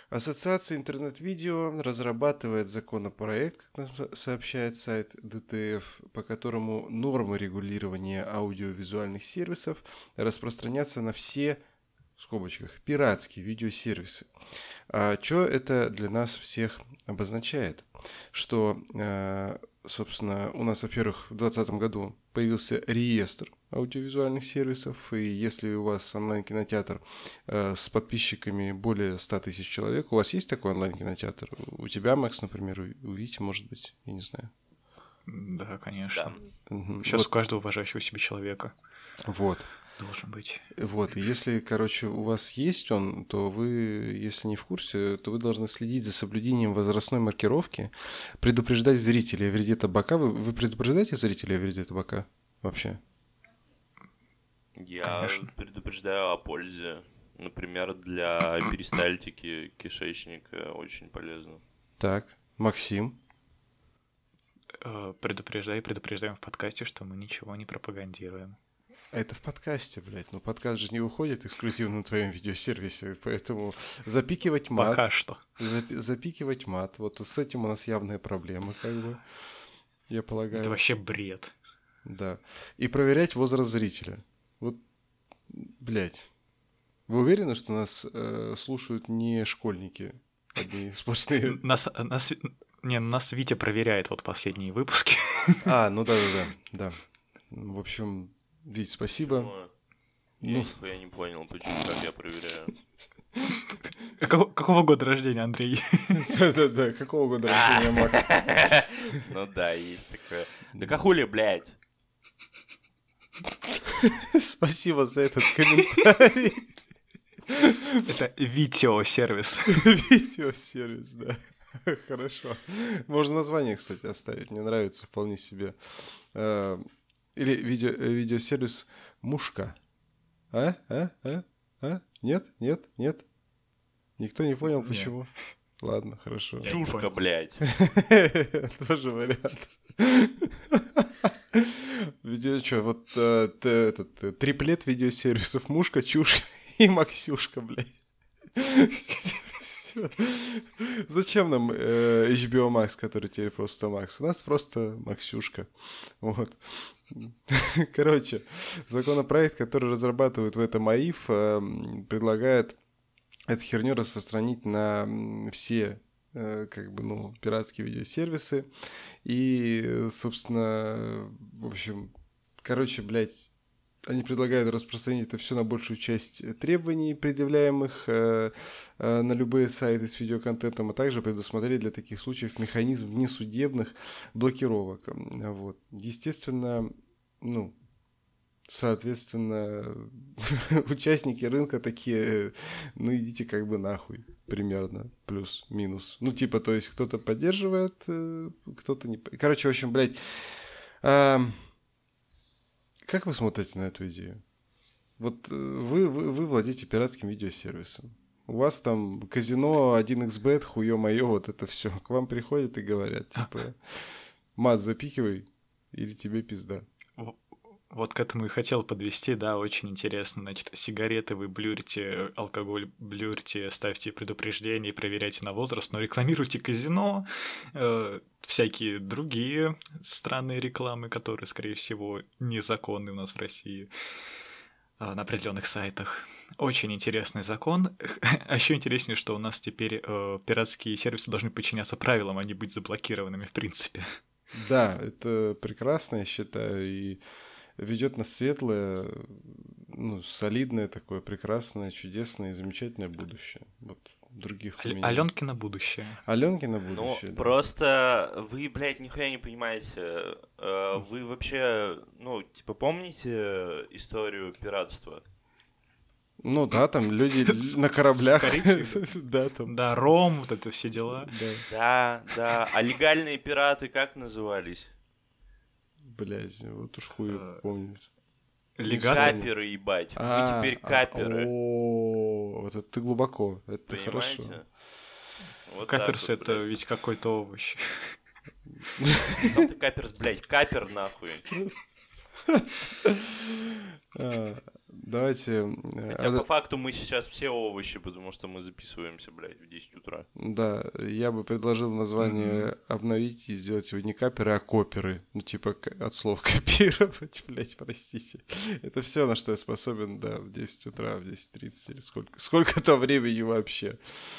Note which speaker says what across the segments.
Speaker 1: Ассоциация интернет-видео разрабатывает законопроект, как нам сообщает сайт ДТФ, по которому нормы регулирования аудиовизуальных сервисов распространятся на все, в скобочках, пиратские видеосервисы. А что это для нас всех обозначает? Что, собственно, у нас, во-первых, в 2020 году появился реестр аудиовизуальных сервисов, и если у вас онлайн-кинотеатр с подписчиками более 100 тысяч человек, у вас есть такой онлайн-кинотеатр? У тебя, Макс, например, у Вити, может быть, я не знаю.
Speaker 2: Да, конечно.
Speaker 1: Да.
Speaker 2: Сейчас у каждого уважающего себя человека.
Speaker 1: Вот.
Speaker 2: Должен быть.
Speaker 1: Вот, и если, короче, у вас есть он, то вы, если не в курсе, то вы должны следить за соблюдением возрастной маркировки, предупреждать зрителей о вреде табака. Вы предупреждаете зрителей о вреде табака вообще?
Speaker 3: Я
Speaker 2: Конечно.
Speaker 3: предупреждаю о пользе. Например, для перистальтики кишечника очень полезно.
Speaker 1: Так, Максим?
Speaker 2: Предупреждаем в подкасте, что мы ничего не пропагандируем.
Speaker 1: Это в подкасте, блядь. Но подкаст же не выходит эксклюзивно на твоем видеосервисе, поэтому запикивать мат...
Speaker 2: Пока что.
Speaker 1: Запикивать мат. Вот с этим у нас явная проблема, как бы, я полагаю.
Speaker 2: Это вообще бред.
Speaker 1: Да. И проверять возраст зрителя. Вот, блядь. Вы уверены, что нас слушают не школьники? Одни сплошные...
Speaker 2: Нас Витя проверяет вот последние выпуски.
Speaker 1: Ну да. В общем, Вить, спасибо.
Speaker 3: Я нихуя не понял, почему так я проверяю.
Speaker 2: Какого года рождения, Андрей?
Speaker 1: Да, какого года рождения, Макс?
Speaker 3: Ну да, есть такое. Да кахули, блядь.
Speaker 1: Спасибо за этот комментарий.
Speaker 2: Это видеосервис.
Speaker 1: Видеосервис, да. Хорошо. Можно название, кстати, оставить. Мне нравится вполне себе. Или видеосервис «Мушка». Нет? Никто не понял, почему? Ладно, хорошо.
Speaker 3: Чушка, блядь.
Speaker 1: Тоже вариант. Вот этот триплет видеосервисов «Мушка», «Чушка» и «Максюшка», блядь. Зачем нам HBO Max, который теперь просто Макс? У нас просто Максюшка. Вот. Короче, законопроект, который разрабатывают в этом АИФ, предлагает эту херню распространить на все пиратские видеосервисы. И, собственно, в общем, блядь, они предлагают распространить это все на большую часть требований, предъявляемых на любые сайты с видеоконтентом, а также предусмотреть для таких случаев механизм внесудебных блокировок. Вот. Естественно, соответственно, участники рынка такие, идите как бы нахуй, примерно, плюс-минус. То есть кто-то поддерживает, кто-то не... Короче, в общем, блядь... Как вы смотрите на эту идею? Вот вы владеете пиратским видеосервисом. У вас там казино, 1xbet, хуё-моё, вот это все. К вам приходят и говорят, типа, мат запикивай, или тебе пизда.
Speaker 2: Вот к этому и хотел подвести, да, очень интересно. Значит, сигареты вы блюрите, алкоголь блюрите, ставьте предупреждения, проверяйте на возраст, но рекламируйте казино, всякие другие странные рекламы, которые, скорее всего, незаконны у нас в России на определенных сайтах. Очень интересный закон. А еще интереснее, что у нас теперь пиратские сервисы должны подчиняться правилам, а не быть заблокированными в принципе.
Speaker 1: Да, это прекрасно, я считаю, и ведет нас светлое, солидное такое, прекрасное, чудесное и замечательное будущее. Вот других
Speaker 2: Алёнкино будущее.
Speaker 1: Алёнкино будущее,
Speaker 3: да.
Speaker 1: Просто
Speaker 3: вы, блядь, нихуя не понимаете. Вы вообще, помните историю пиратства?
Speaker 1: Да, там люди на кораблях.
Speaker 2: Да, ром, вот это все дела.
Speaker 3: Да. А легальные пираты как назывались?
Speaker 1: Блядь, вот уж хуй помню.
Speaker 3: Каперы, ебать. Вы теперь каперы.
Speaker 1: Вот это ты глубоко. Это
Speaker 3: понимаете?
Speaker 1: Хорошо.
Speaker 3: Вот
Speaker 2: каперс вот, это ведь какой-то овощ.
Speaker 3: Сам ты каперс, блядь. Капер, нахуй.
Speaker 1: Давайте...
Speaker 3: Хотя по факту мы сейчас все овощи, потому что мы записываемся, блядь, в 10 утра.
Speaker 1: Да, я бы предложил название обновить и сделать его не каперы, а коперы. Ну, типа от слов копировать, блядь, простите. Это все, на что я способен, да, в 10 утра, в 10:30 или сколько-то времени вообще.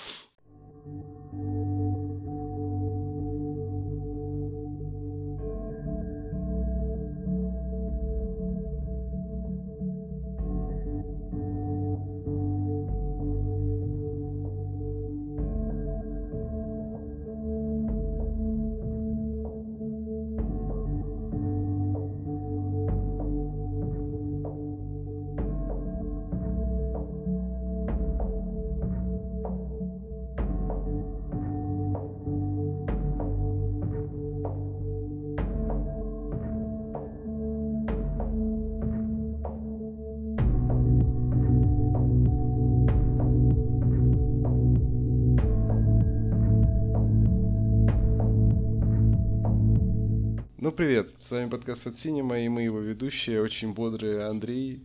Speaker 1: Ну, привет, с вами подкаст от Cinema, и мы его ведущие, очень бодрые Андрей.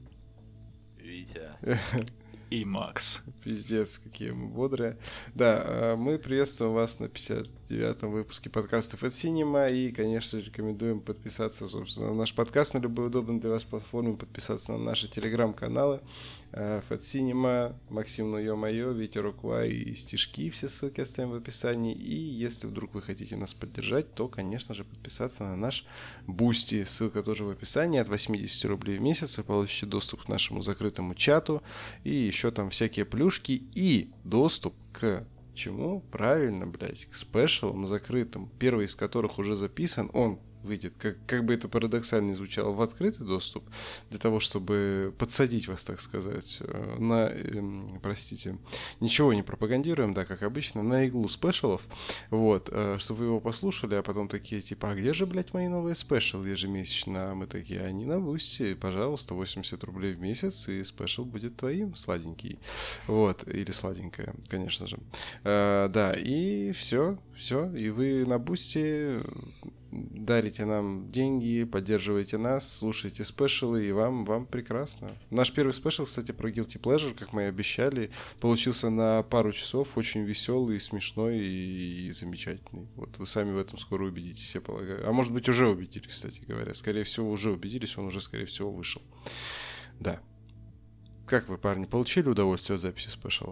Speaker 3: Витя.
Speaker 2: И Макс.
Speaker 1: Пиздец, какие мы бодрые. Да, мы приветствуем вас на 59-м выпуске подкастов от Cinema, и, конечно, рекомендуем подписаться, собственно, на наш подкаст на любой удобной для вас платформе, подписаться на наши телеграм-каналы Фэт Cinema, Максим Ну Ё-Моё, Витя Руквай и стишки, все ссылки оставим в описании. И если вдруг вы хотите нас поддержать, то, конечно же, подписаться на наш Бусти. Ссылка тоже в описании. От 80 рублей в месяц вы получите доступ к нашему закрытому чату и еще там всякие плюшки и доступ к чему? Правильно, блядь, к спешалам закрытым, первый из которых уже записан, он выйдет, как бы это парадоксально не звучало, в открытый доступ, для того, чтобы подсадить вас, так сказать, на, простите, ничего не пропагандируем, да, как обычно, на иглу спешалов, вот, чтобы вы его послушали, а потом такие, типа, а где же, блядь, мои новые спешалы ежемесячно? А мы такие, они на Бусти, пожалуйста, 80 рублей в месяц, и спешал будет твоим, сладенький, вот, или сладенькая, конечно же, да, и все, и вы на Бусти дарите нам деньги, поддерживаете нас, слушаете спешалы, и вам прекрасно. Наш первый спешл, кстати, про Guilty Pleasure, как мы и обещали, получился на пару часов, очень веселый, смешной и замечательный. Вот вы сами в этом скоро убедитесь, я полагаю. А может быть, уже убедились, кстати говоря. Скорее всего, уже убедились, он уже, скорее всего, вышел. Да. Как вы, парни, получили удовольствие от записи спешала?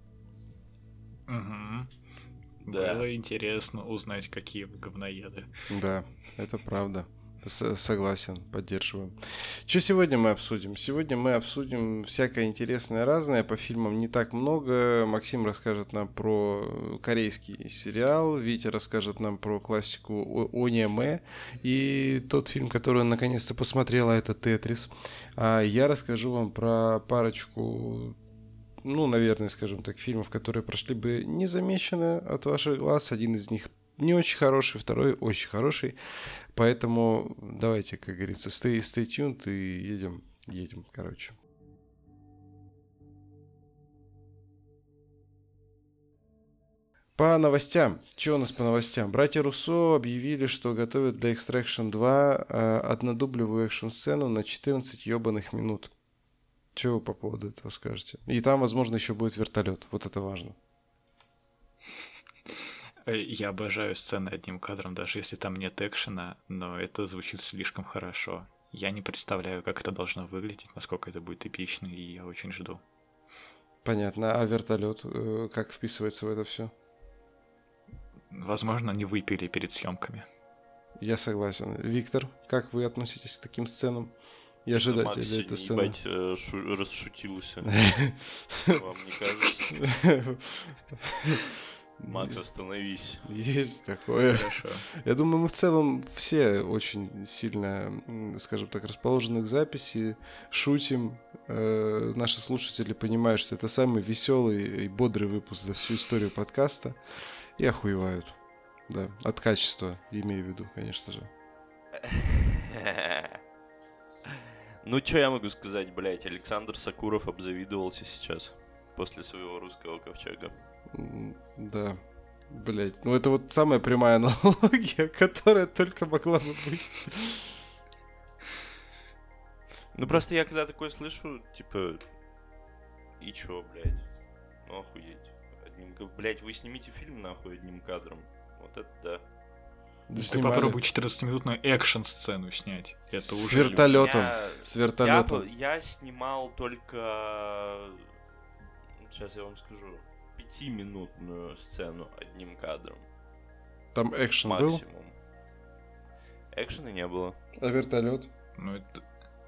Speaker 2: Угу.
Speaker 3: Да.
Speaker 2: Было интересно узнать, какие вы говноеды.
Speaker 1: Да, это правда. Согласен, поддерживаю. Что сегодня мы обсудим? Сегодня мы обсудим всякое интересное разное. По фильмам не так много. Максим расскажет нам про корейский сериал. Витя расскажет нам про классику аниме. И тот фильм, который он наконец-то посмотрел, это «Тетрис». А я расскажу вам про парочку, ну, наверное, скажем так, фильмов, которые прошли бы незамеченно от ваших глаз. Один из них не очень хороший, второй очень хороший. Поэтому давайте, как говорится, stay tuned и едем, короче. По новостям. Что у нас по новостям? Братья Руссо объявили, что готовят для Extraction 2 однодублевую экшн-сцену на 14 ебаных минут. Что вы по поводу этого скажете? И там, возможно, еще будет вертолет. Вот это важно.
Speaker 2: Я обожаю сцены одним кадром, даже если там нет экшена, но это звучит слишком хорошо. Я не представляю, как это должно выглядеть, насколько это будет эпично, и я очень жду.
Speaker 1: Понятно. А вертолет как вписывается в это все?
Speaker 2: Возможно, они выпили перед съемками.
Speaker 1: Я согласен. Виктор, как вы относитесь к таким сценам? И ожидать
Speaker 3: Макс
Speaker 1: ли эту сцену?
Speaker 3: ебать, расшутился. Вам не кажется? Макс, остановись.
Speaker 1: Есть такое.
Speaker 2: Хорошо.
Speaker 1: Я думаю, мы в целом все очень сильно, скажем так, расположены к записи, шутим. Наши слушатели понимают, что это самый веселый и бодрый выпуск за всю историю подкаста. И охуевают. Да, от качества, имею в виду, конечно же.
Speaker 3: Ну, что я могу сказать, блядь, Александр Сакуров обзавидовался сейчас после своего русского ковчега.
Speaker 1: Да, блядь. Ну, это вот самая прямая аналогия, которая только могла бы быть.
Speaker 3: Ну просто я когда такое слышу, типа, и чё, блядь? Ну охуеть. Блядь, вы снимите фильм нахуй одним кадром. Вот это да.
Speaker 1: Да
Speaker 2: Ты
Speaker 1: снимали.
Speaker 2: попробуй 14-минутную экшн-сцену снять. Это
Speaker 1: С
Speaker 2: уже
Speaker 1: вертолетом.
Speaker 3: Я-
Speaker 1: С вертолетом.
Speaker 3: Я снимал только... Сейчас я вам скажу. 5-минутную сцену одним кадром.
Speaker 1: Там экшен был,
Speaker 3: Максимум. Экшена не было.
Speaker 1: а вертолет?
Speaker 2: Ну, это...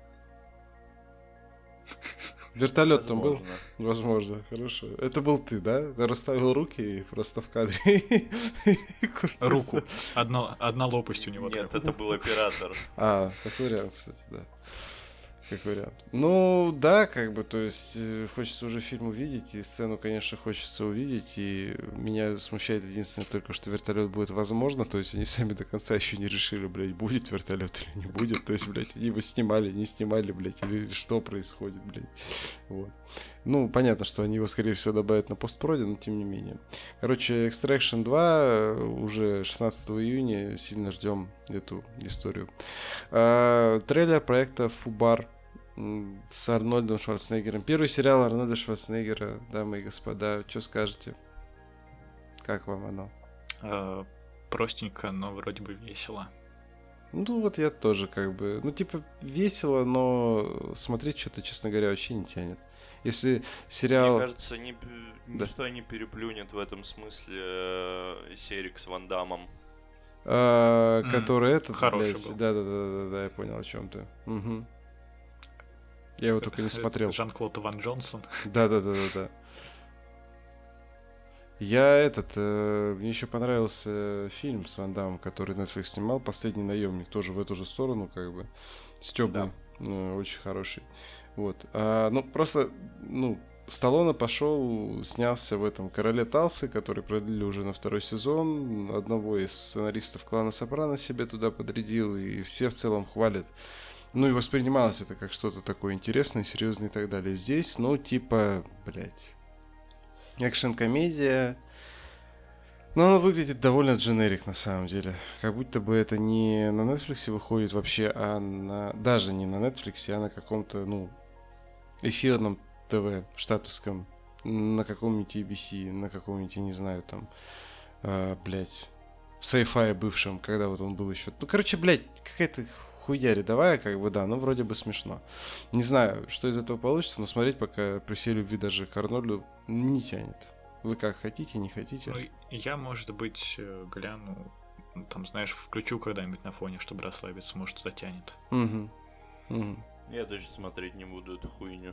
Speaker 1: Вертолет там был?
Speaker 3: Возможно.
Speaker 1: Возможно, хорошо. Это был ты, да? Ты расставил руки и просто в кадре. и крутился.
Speaker 2: Руку. Одна лопасть у него.
Speaker 3: Нет,
Speaker 2: прям.
Speaker 3: это был оператор.
Speaker 1: А, как вариант, кстати, да. Как вариант. Ну, да, как бы, то есть, хочется уже фильм увидеть, и сцену, конечно, хочется увидеть, и меня смущает единственное только, что вертолет будет возможно, то есть они сами до конца еще не решили, блядь, будет вертолет или не будет, то есть, блядь, они его снимали, не снимали, блядь, или что происходит, блядь, вот. Ну, понятно, что они его, скорее всего, добавят на постпроде, но тем не менее. Короче, Extraction 2 уже 16 июня, сильно ждем эту историю. Трейлер проекта Фубар с Арнольдом Шварценеггером. Первый сериал Арнольда Шварценеггера, дамы и господа. Что скажете? Как вам оно?
Speaker 2: Простенько, но вроде бы весело.
Speaker 1: Ну, вот я тоже как бы... Ну, типа, весело, но смотреть что-то, честно говоря, вообще не тянет. Если сериал...
Speaker 3: Мне кажется,
Speaker 1: Да.
Speaker 3: ничто не переплюнет в этом смысле Серик с Ван Даммом.
Speaker 1: Который этот,
Speaker 2: хороший
Speaker 1: блядь,
Speaker 2: был.
Speaker 1: да, я понял, о чем ты. Угу. Я его только не смотрел.
Speaker 2: Жан-Клод Ван Джонсон.
Speaker 1: Да. Я мне еще понравился фильм с Ван Даммом, который Netflix снимал, «Последний наемник», тоже в эту же сторону, как бы, стёбный, очень хороший. Вот. Ну, просто, Сталлоне пошел, снялся в этом «Короле Талсы», который продлили уже на 2-й сезон. Одного из сценаристов клана Сопрано себе туда подрядил, и все в целом хвалят. Ну и воспринималось это как что-то такое интересное, серьезное и так далее. Здесь, типа, блядь, экшн-комедия. Но она выглядит довольно дженерик на самом деле. Как будто бы это не на Netflix выходит вообще, даже не на Netflix, а на каком-то, эфирном ТВ штатовском, на каком-нибудь ABC, на каком-нибудь, я не знаю, там, блядь, Sci-Fi бывшем, когда вот он был еще. Ну, короче, блядь, какая-то хуйня рядовая, как бы, да, вроде бы смешно. Не знаю, что из этого получится, но смотреть пока при всей любви даже к Арнольду не тянет. Вы как, хотите, не хотите?
Speaker 2: Ну, я, может быть, гляну, там, знаешь, включу когда-нибудь на фоне, чтобы расслабиться, может, затянет.
Speaker 1: Угу.
Speaker 3: Я точно смотреть не буду эту хуйню.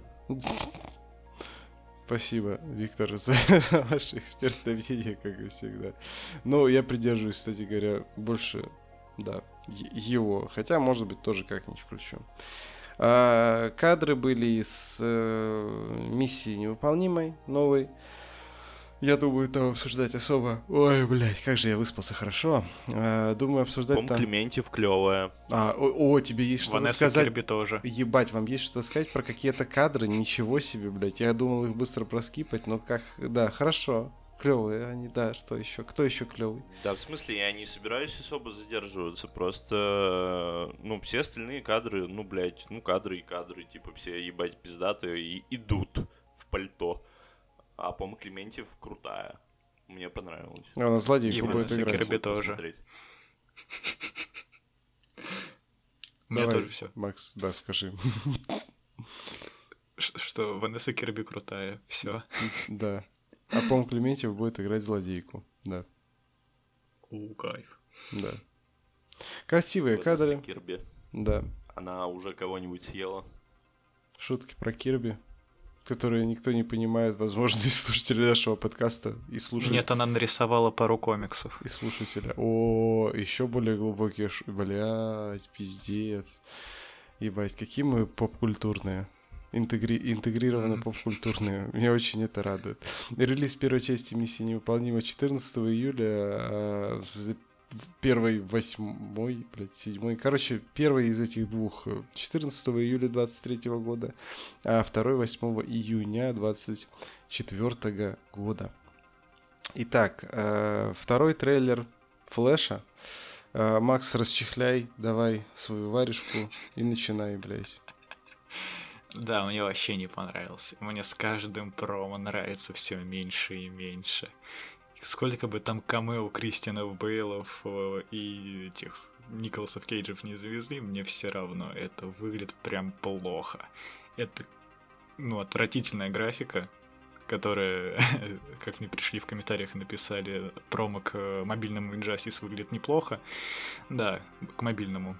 Speaker 1: Спасибо, Виктор, за ваше экспертное мнение, как и всегда. Но я придерживаюсь, кстати говоря, больше, да, его. Хотя, может быть, тоже как-нибудь включу. Кадры были из «Миссии невыполнимой» новой. Я думаю, там обсуждать особо... Ой, блядь, как же я выспался хорошо. Думаю, обсуждать
Speaker 3: Том
Speaker 1: там...
Speaker 3: Клементьев клевая.
Speaker 1: Тебе есть что-то
Speaker 2: Ванесса
Speaker 1: сказать?
Speaker 2: Кирби тоже.
Speaker 1: Ебать, вам есть что сказать про какие-то кадры? Ничего себе, блядь. Я думал их быстро проскипать, но как... Да, хорошо. Клевые они, да, что еще? Кто еще клевый?
Speaker 3: Да, в смысле, я не собираюсь особо задерживаться, просто, все остальные кадры, кадры и кадры, типа, все, ебать, пиздатые и идут в пальто. А Пома Клементьев крутая. Мне понравилось.
Speaker 1: Она злодейку
Speaker 2: И
Speaker 1: будет
Speaker 2: Ванесса
Speaker 1: играть.
Speaker 2: Кирби тоже.
Speaker 3: Посмотреть.
Speaker 2: У меня
Speaker 1: Давай,
Speaker 2: тоже все.
Speaker 1: Макс, да, скажи.
Speaker 2: Что Ванесса Кирби крутая. Все.
Speaker 1: Да. А Пом Клементьев будет играть злодейку. Да.
Speaker 2: Кайф.
Speaker 1: Да. Красивые
Speaker 3: Ванесса
Speaker 1: кадры.
Speaker 3: Кирби.
Speaker 1: Да.
Speaker 3: Она уже кого-нибудь съела.
Speaker 1: Шутки про Кирби, которые никто не понимает, возможно, из слушателей нашего подкаста и слушателей.
Speaker 2: Нет, она нарисовала пару комиксов.
Speaker 1: И слушателя. Еще более глубокие Блядь, пиздец. Ебать, какие мы поп-культурные. Интегрированно поп-культурные. Меня очень это радует. Релиз первой части «Миссии невыполнима» 14 июля. Первый, 8, 7. Короче, первый из этих двух 14 июля 23 года, а второй 8 июня 24 года. Итак, второй трейлер Флэша. Макс, расчехляй, давай свою варежку и начинай, блядь.
Speaker 2: Да, мне вообще не понравился. Мне с каждым промо нравится все меньше и меньше. Сколько бы там камео Кристианов Бейлов и этих Николасов Кейджев не завезли, мне все равно это выглядит прям плохо. Это, отвратительная графика, которая, как мне пришли в комментариях и написали, промо к мобильному Injustice выглядит неплохо. Да, к мобильному.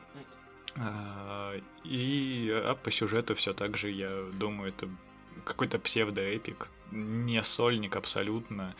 Speaker 2: А по сюжету все так же, я думаю, это какой-то псевдоэпик, не сольник абсолютно,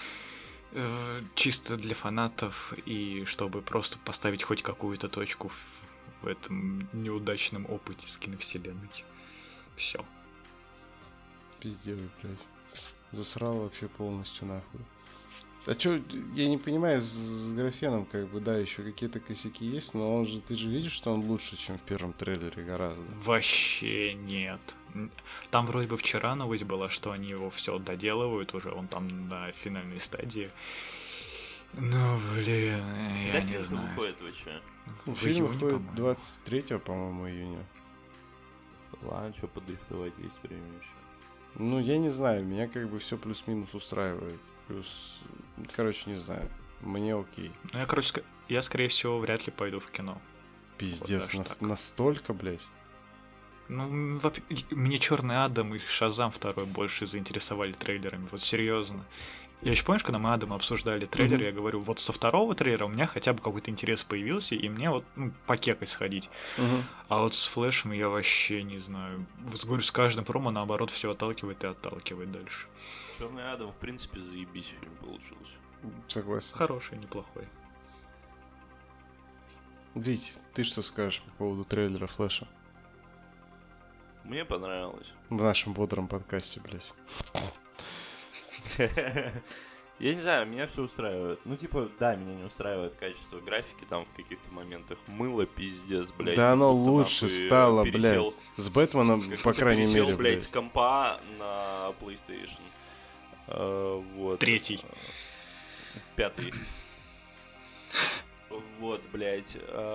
Speaker 2: чисто для фанатов и чтобы просто поставить хоть какую-то точку в этом неудачном опыте с киновселенной. Все.
Speaker 1: Пиздец, блядь. Засрал вообще полностью нахуй. А чё, я не понимаю, с графеном, как бы, да, еще какие-то косяки есть, но ты же видишь, что он лучше, чем в первом трейлере гораздо.
Speaker 2: Вообще нет. Там вроде бы вчера новость была, что они его все доделывают уже, он там на финальной стадии. Ну, блин, я не знаю.
Speaker 3: Выходит вообще?
Speaker 1: Фильм выходит 23, по-моему, июня.
Speaker 3: Ладно, что подрихтовать, есть время еще.
Speaker 1: Ну, я не знаю, меня как бы все плюс-минус устраивает. Плюс, короче, не знаю. Мне окей.
Speaker 2: Ну, я, скорее всего, вряд ли пойду в кино.
Speaker 1: Пиздец, вот настолько, блядь.
Speaker 2: Ну, мне Черный Адам и Шазам 2 больше заинтересовали трейлерами, вот серьезно. Я еще помнишь, когда мы Адама обсуждали трейлер, я говорю, вот со второго трейлера у меня хотя бы какой-то интерес появился, и мне вот покекать сходить. А вот с Флэшем я вообще не знаю. Вот говорю, с каждым промо наоборот все отталкивает и отталкивает дальше.
Speaker 3: Черный Адам, в принципе, заебись фильм получился.
Speaker 1: Согласен.
Speaker 2: Хороший, неплохой.
Speaker 1: Вить, ты что скажешь по поводу трейлера Флэша?
Speaker 3: Мне понравилось.
Speaker 1: В нашем бодром подкасте, блядь.
Speaker 3: Я не знаю, меня все устраивает. Ну, типа, да, меня не устраивает качество графики, там в каких-то моментах мыло пиздец, блядь.
Speaker 1: Да оно лучше стало, блядь. С Бэтменом, по крайней мере,
Speaker 3: блядь, с компа на PlayStation. Вот.
Speaker 2: 3.
Speaker 3: 5. Вот, блядь.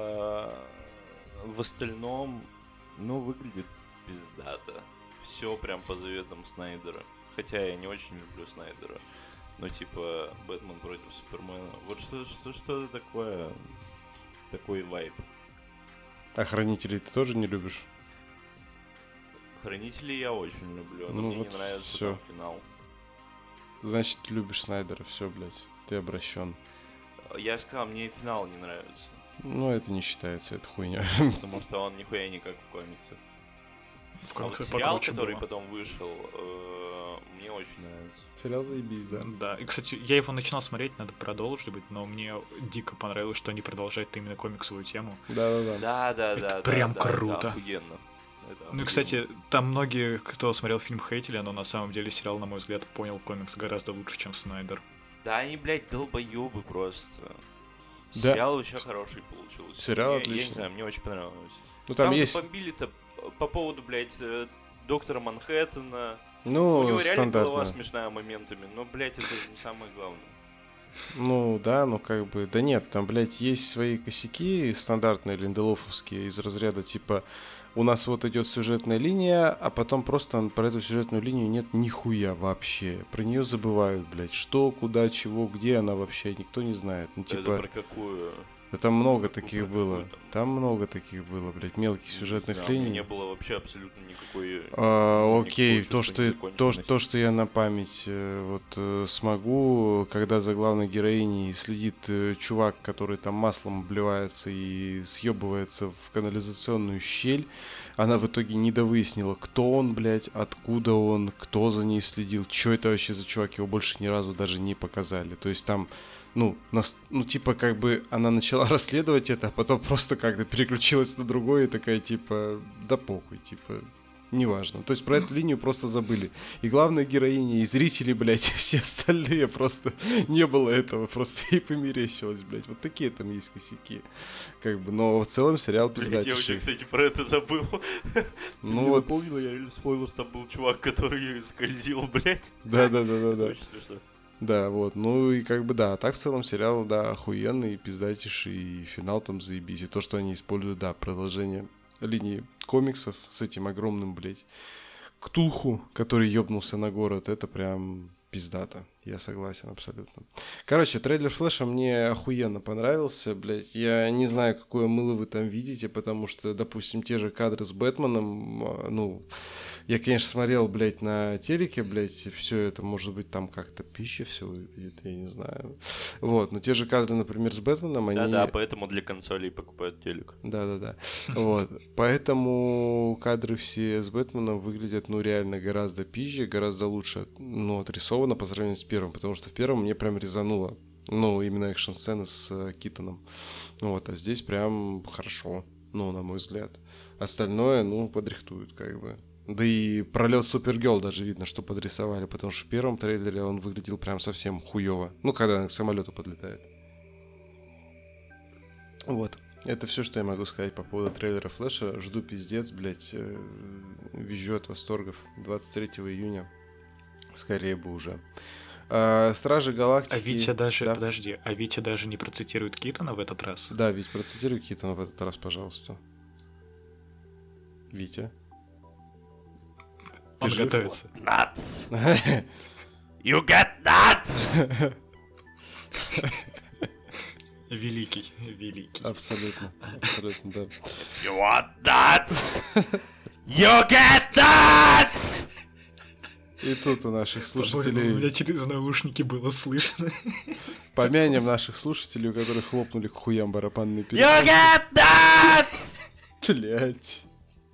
Speaker 3: В остальном, выглядит пиздато. Все прям по заветам Снайдера. Хотя я не очень люблю Снайдера. Но типа Бэтмен против Супермена. Вот что такое? Такой вайб.
Speaker 1: А Хранителей ты тоже не любишь?
Speaker 3: Хранителей я очень люблю, но мне
Speaker 1: вот
Speaker 3: не нравится
Speaker 1: всё.
Speaker 3: там финал.
Speaker 1: Значит, ты любишь Снайдера, все, блядь. Ты обращен.
Speaker 3: Я сказал, мне финал не нравится.
Speaker 1: Ну, это не считается, это хуйня.
Speaker 3: Потому что он нихуя не как в комиксах.
Speaker 2: А
Speaker 3: вот сериал, который потом вышел, мне очень нравится.
Speaker 1: Сериал заебись, да.
Speaker 2: Да, и, кстати, я его начинал смотреть, надо продолжить быть, но мне дико понравилось, что они продолжают именно комиксовую тему.
Speaker 1: Да.
Speaker 3: Да.
Speaker 2: Это прям круто.
Speaker 3: Да, охуенно.
Speaker 2: Ну и, кстати, там многие, кто смотрел фильм, хейтили, но на самом деле сериал, на мой взгляд, понял комикс гораздо лучше, чем Снайдер.
Speaker 3: Да, они, блядь, долбоёбы просто.
Speaker 1: Да.
Speaker 3: Сериал вообще хороший получился.
Speaker 1: Сериал
Speaker 3: отличный. Я не знаю, мне очень понравилось.
Speaker 1: Ну там есть...
Speaker 3: же бомбили-то по поводу, блядь, доктора Манхэттена.
Speaker 1: Ну,
Speaker 3: у него реально
Speaker 1: стандартно.
Speaker 3: голова смешная моментами, но, блядь, это же не самое главное.
Speaker 1: Ну, да, ну как бы... Да нет, там, блядь, есть свои косяки стандартные линделофовские из разряда, типа, у нас вот идет сюжетная линия, а потом просто про эту сюжетную линию нет нихуя вообще. Про нее забывают, блядь. Что, куда, чего, где она вообще, никто не знает. Ну, типа...
Speaker 3: Это про какую...
Speaker 1: Да там много таких было. Там много таких было, блядь, мелких сюжетных линий.
Speaker 3: Не было вообще абсолютно никакой...
Speaker 1: Окей, то, что я на память смогу, когда за главной героиней следит чувак, который там маслом обливается и съебывается в канализационную щель, она в итоге не довыяснила, кто он, блядь, откуда он, кто за ней следил, что это вообще за чувак, его больше ни разу даже не показали. То есть там типа, как бы она начала расследовать это, а потом просто как-то переключилась на другое и такая, типа, да похуй, типа, неважно. То есть про эту линию просто забыли. И главная героиня, и зрители, блядь, и все остальные просто не было этого, просто ей померещилось, блядь. Вот такие там есть косяки. Как бы, но в целом сериал пиздатейший.
Speaker 3: Я вообще, кстати, про это забыл.
Speaker 1: Ну вот.
Speaker 3: Напомнил, я реально вспомнил, что там был чувак, который скользил, блядь.
Speaker 1: Да.
Speaker 3: Очень смешно.
Speaker 1: Да, вот, ну и как бы да, так в целом сериал, да, охуенный, пиздатейший, и финал там заебись, и то, что они используют, да, продолжение линии комиксов с этим огромным, блядь, Ктулху, который ёбнулся на город, это прям пиздато. Я согласен абсолютно. Короче, трейлер Флэша мне охуенно понравился, блядь. Я не знаю, какое мыло вы там видите, потому что, допустим, те же кадры с Бэтменом, ну, я, конечно, смотрел, блядь, на телеке, блядь, все это, может быть, там как-то пища все выглядит, я не знаю. Вот, но те же кадры, например, с Бэтменом, они...
Speaker 3: Да-да, поэтому для консолей покупают телек.
Speaker 1: Да-да-да. Вот. Поэтому кадры все с Бэтменом выглядят, ну, реально гораздо пизже, гораздо лучше, ну, отрисовано по сравнению с первым, потому что в первом мне прям резануло, ну, именно экшн-сцены с Китоном. Вот, а здесь прям хорошо, ну, на мой взгляд. Остальное, ну, подрихтуют, как бы. Да и пролет Супергерл даже видно, что подрисовали, потому что в первом трейлере он выглядел прям совсем хуёво. Ну, когда она к самолету подлетает. Вот. Это все, что я могу сказать по поводу трейлера Флэша. Жду пиздец, блядь. Визжу от восторгов. 23 июня. Скорее бы уже. Стражи Галактики...
Speaker 2: А Витя даже,
Speaker 1: да?
Speaker 2: подожди, а Витя даже не процитирует Китона в этот раз?
Speaker 1: Да, Вить, процитируй Китона в этот раз, пожалуйста. Витя.
Speaker 2: Он
Speaker 1: жив?
Speaker 2: готовится.
Speaker 3: Nuts! You get nuts!
Speaker 2: Великий, великий.
Speaker 1: Абсолютно, абсолютно, да.
Speaker 3: You want nuts? You get nuts!
Speaker 1: И тут у наших
Speaker 2: По-моему, у
Speaker 1: слушателей...
Speaker 2: меня через наушники было слышно.
Speaker 1: Помянем наших слушателей, у которых хлопнули к хуям барабанные
Speaker 3: You
Speaker 1: перепонки.
Speaker 3: get nuts!
Speaker 1: Блять.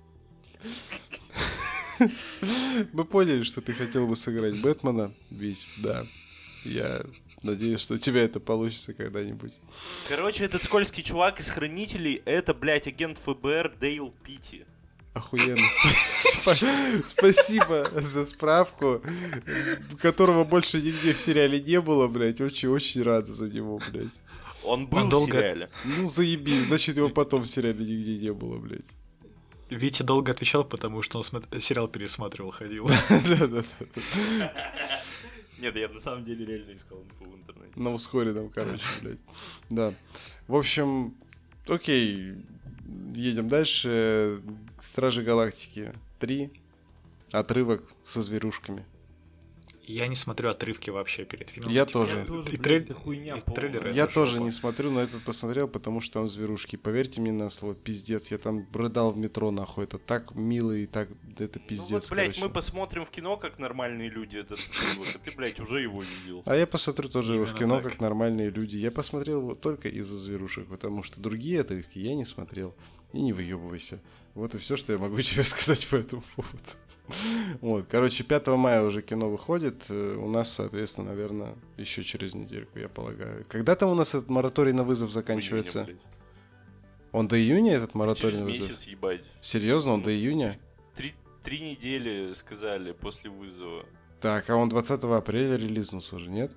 Speaker 1: Мы поняли, что ты хотел бы сыграть Бэтмена, Вить, да. Я надеюсь, что у тебя это получится когда-нибудь.
Speaker 3: Короче, этот скользкий чувак из Хранителей, это, блядь, агент ФБР Дейл Питти.
Speaker 1: Охуенно. Спасибо за справку, которого больше нигде в сериале не было, блядь. Очень-очень рад за него, блядь.
Speaker 3: Он был в
Speaker 2: долго-
Speaker 3: сериале.
Speaker 1: Ну, заебись, значит, его потом в сериале нигде не было, блядь.
Speaker 2: Витя долго отвечал, потому что он сериал пересматривал, ходил.
Speaker 1: Да-да-да.
Speaker 3: Нет, я на самом деле реально искал инфу в интернете.
Speaker 1: На ускоренном, короче, блядь. Да. В общем, окей. Едем дальше. Стражи Галактики 3. Отрывок со зверушками.
Speaker 2: Я не смотрю отрывки вообще перед фильмом.
Speaker 1: Я
Speaker 2: Типа,
Speaker 1: тоже.
Speaker 2: И
Speaker 3: Это хуйня
Speaker 2: и
Speaker 3: полная.
Speaker 2: трейлеры
Speaker 1: Я
Speaker 2: это
Speaker 1: тоже
Speaker 2: жопа.
Speaker 1: не смотрю, но этот посмотрел, потому что там зверушки. Поверьте мне на слово, пиздец. Я там рыдал в метро, нахуй. Это так мило и так... Это пиздец,
Speaker 3: Ну вот, блядь,
Speaker 1: короче.
Speaker 3: мы посмотрим в кино, как нормальные люди этот отрывок, а ты, блядь, уже его видел.
Speaker 1: А я посмотрю тоже его в
Speaker 2: Именно
Speaker 1: кино,
Speaker 2: так.
Speaker 1: как нормальные люди. Я посмотрел его только из-за зверушек, потому что другие отрывки я не смотрел. И не выебывайся. Вот и все, что я могу тебе сказать по этому поводу. Вот, короче, 5 мая уже кино выходит. У нас, соответственно, наверное, еще через недельку, я полагаю. Когда там у нас этот мораторий на вызов заканчивается?
Speaker 3: Блядь.
Speaker 1: Он до июня, этот мораторий
Speaker 3: Через
Speaker 1: на вызов?
Speaker 3: месяц, ебать.
Speaker 1: Серьезно, он
Speaker 3: Ну,
Speaker 1: до июня?
Speaker 3: Три недели сказали после вызова.
Speaker 1: Так, а он 20 апреля релизнулся уже, нет?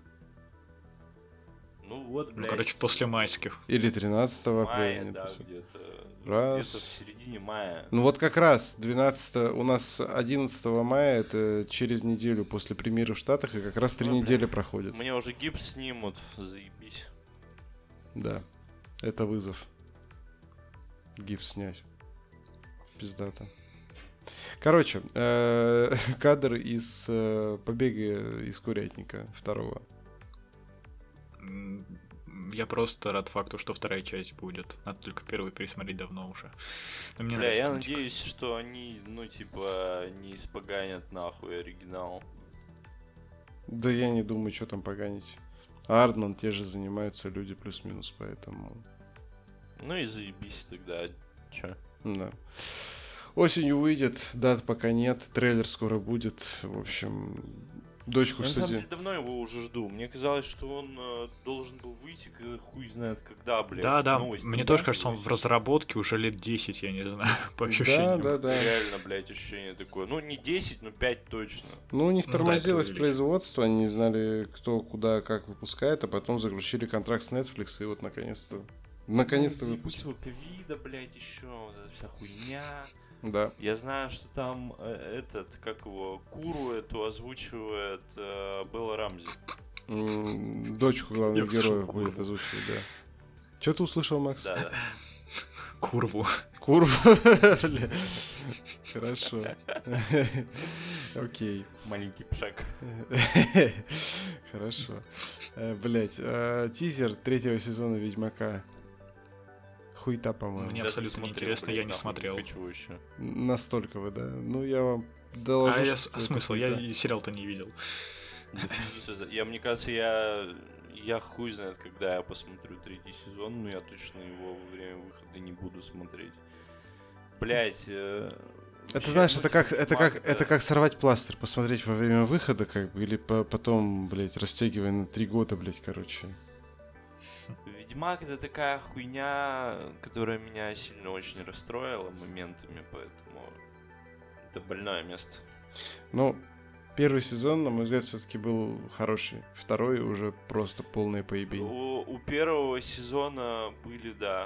Speaker 3: Ну вот,
Speaker 2: Ну,
Speaker 3: блядь.
Speaker 2: короче, после майских.
Speaker 1: Или 13 апреля?
Speaker 3: мая,
Speaker 1: нет,
Speaker 3: да,
Speaker 1: после-
Speaker 3: где-то.
Speaker 1: Раз.
Speaker 3: Где-то в середине мая.
Speaker 1: Ну вот как раз 12 у нас 11 мая, это через неделю после премьеры в Штатах, и как раз 3
Speaker 3: Ой, бля.
Speaker 1: недели проходит.
Speaker 3: Мне уже гипс снимут, заебись.
Speaker 1: Да, это вызов. Гипс снять. Пиздато. Короче, кадр из побега из Курятника 2.
Speaker 2: Я просто рад факту, что вторая часть будет. Надо только первую пересмотреть давно уже. Но мне
Speaker 3: Бля,
Speaker 2: нравится
Speaker 3: я
Speaker 2: мультик.
Speaker 3: надеюсь, что они, ну, типа, не испоганят нахуй оригинал.
Speaker 1: Да я не думаю, что там поганить. Ардман те же занимаются люди плюс-минус, поэтому...
Speaker 3: Ну и заебись тогда. Чё?
Speaker 1: Да. Осенью выйдет, дат пока нет, трейлер скоро будет. В общем, дочку,
Speaker 3: Я на самом
Speaker 1: кстати...
Speaker 3: деле давно его уже жду. Мне казалось, что он должен был выйти, хуй знает когда, блядь.
Speaker 2: Да,
Speaker 3: новости
Speaker 2: мне
Speaker 3: не
Speaker 2: тоже кажется, он в
Speaker 3: появились.
Speaker 2: разработке уже лет 10, я не знаю, по
Speaker 1: Да,
Speaker 2: ощущениям.
Speaker 1: да, да.
Speaker 3: Реально, блядь, ощущение такое. Ну, не 10, но 5 точно.
Speaker 1: Ну, у них
Speaker 2: Ну да,
Speaker 1: тормозилось
Speaker 2: это
Speaker 1: производство, они не знали, кто, куда, как выпускает, а потом заключили контракт с Netflix, и вот наконец-то
Speaker 3: Ну,
Speaker 1: выпустили.
Speaker 3: заебучего ковида, блядь, еще вот эта вся хуйня.
Speaker 1: Да.
Speaker 3: Я знаю, что там этот, как его, Куру эту озвучивает Белла Рамзи.
Speaker 1: Дочку главного
Speaker 2: Я услышал
Speaker 1: героя будет
Speaker 2: Курву.
Speaker 1: озвучивать, да. Что ты услышал, Макс?
Speaker 3: Да, да.
Speaker 2: Курву.
Speaker 1: Курва, бля. Хорошо. Окей.
Speaker 3: Маленький пшек.
Speaker 1: Хорошо. Блять, тизер 3-го сезона Ведьмака. Хуйта, по-моему.
Speaker 2: Мне абсолютно неинтересно, я не смотрел.
Speaker 3: Хочу еще.
Speaker 1: Настолько вы, да? Ну, я вам доложу.
Speaker 2: А смысл? Я и сериал-то не видел.
Speaker 3: Мне кажется, я хуй знает, когда я посмотрю 3-й сезон, но я точно его во время выхода не буду смотреть. Блять.
Speaker 1: Это знаешь, это как сорвать пластырь, посмотреть во время выхода, как бы, или потом, блять, растягивая на 3 года, блять, короче.
Speaker 3: Ведьмак — это такая хуйня, которая меня сильно очень расстроила моментами, поэтому это больное место.
Speaker 1: Ну, 1-й сезон, на мой взгляд, все-таки был хороший. 2-й уже просто полное поебень.
Speaker 3: У 1-го сезона были, да.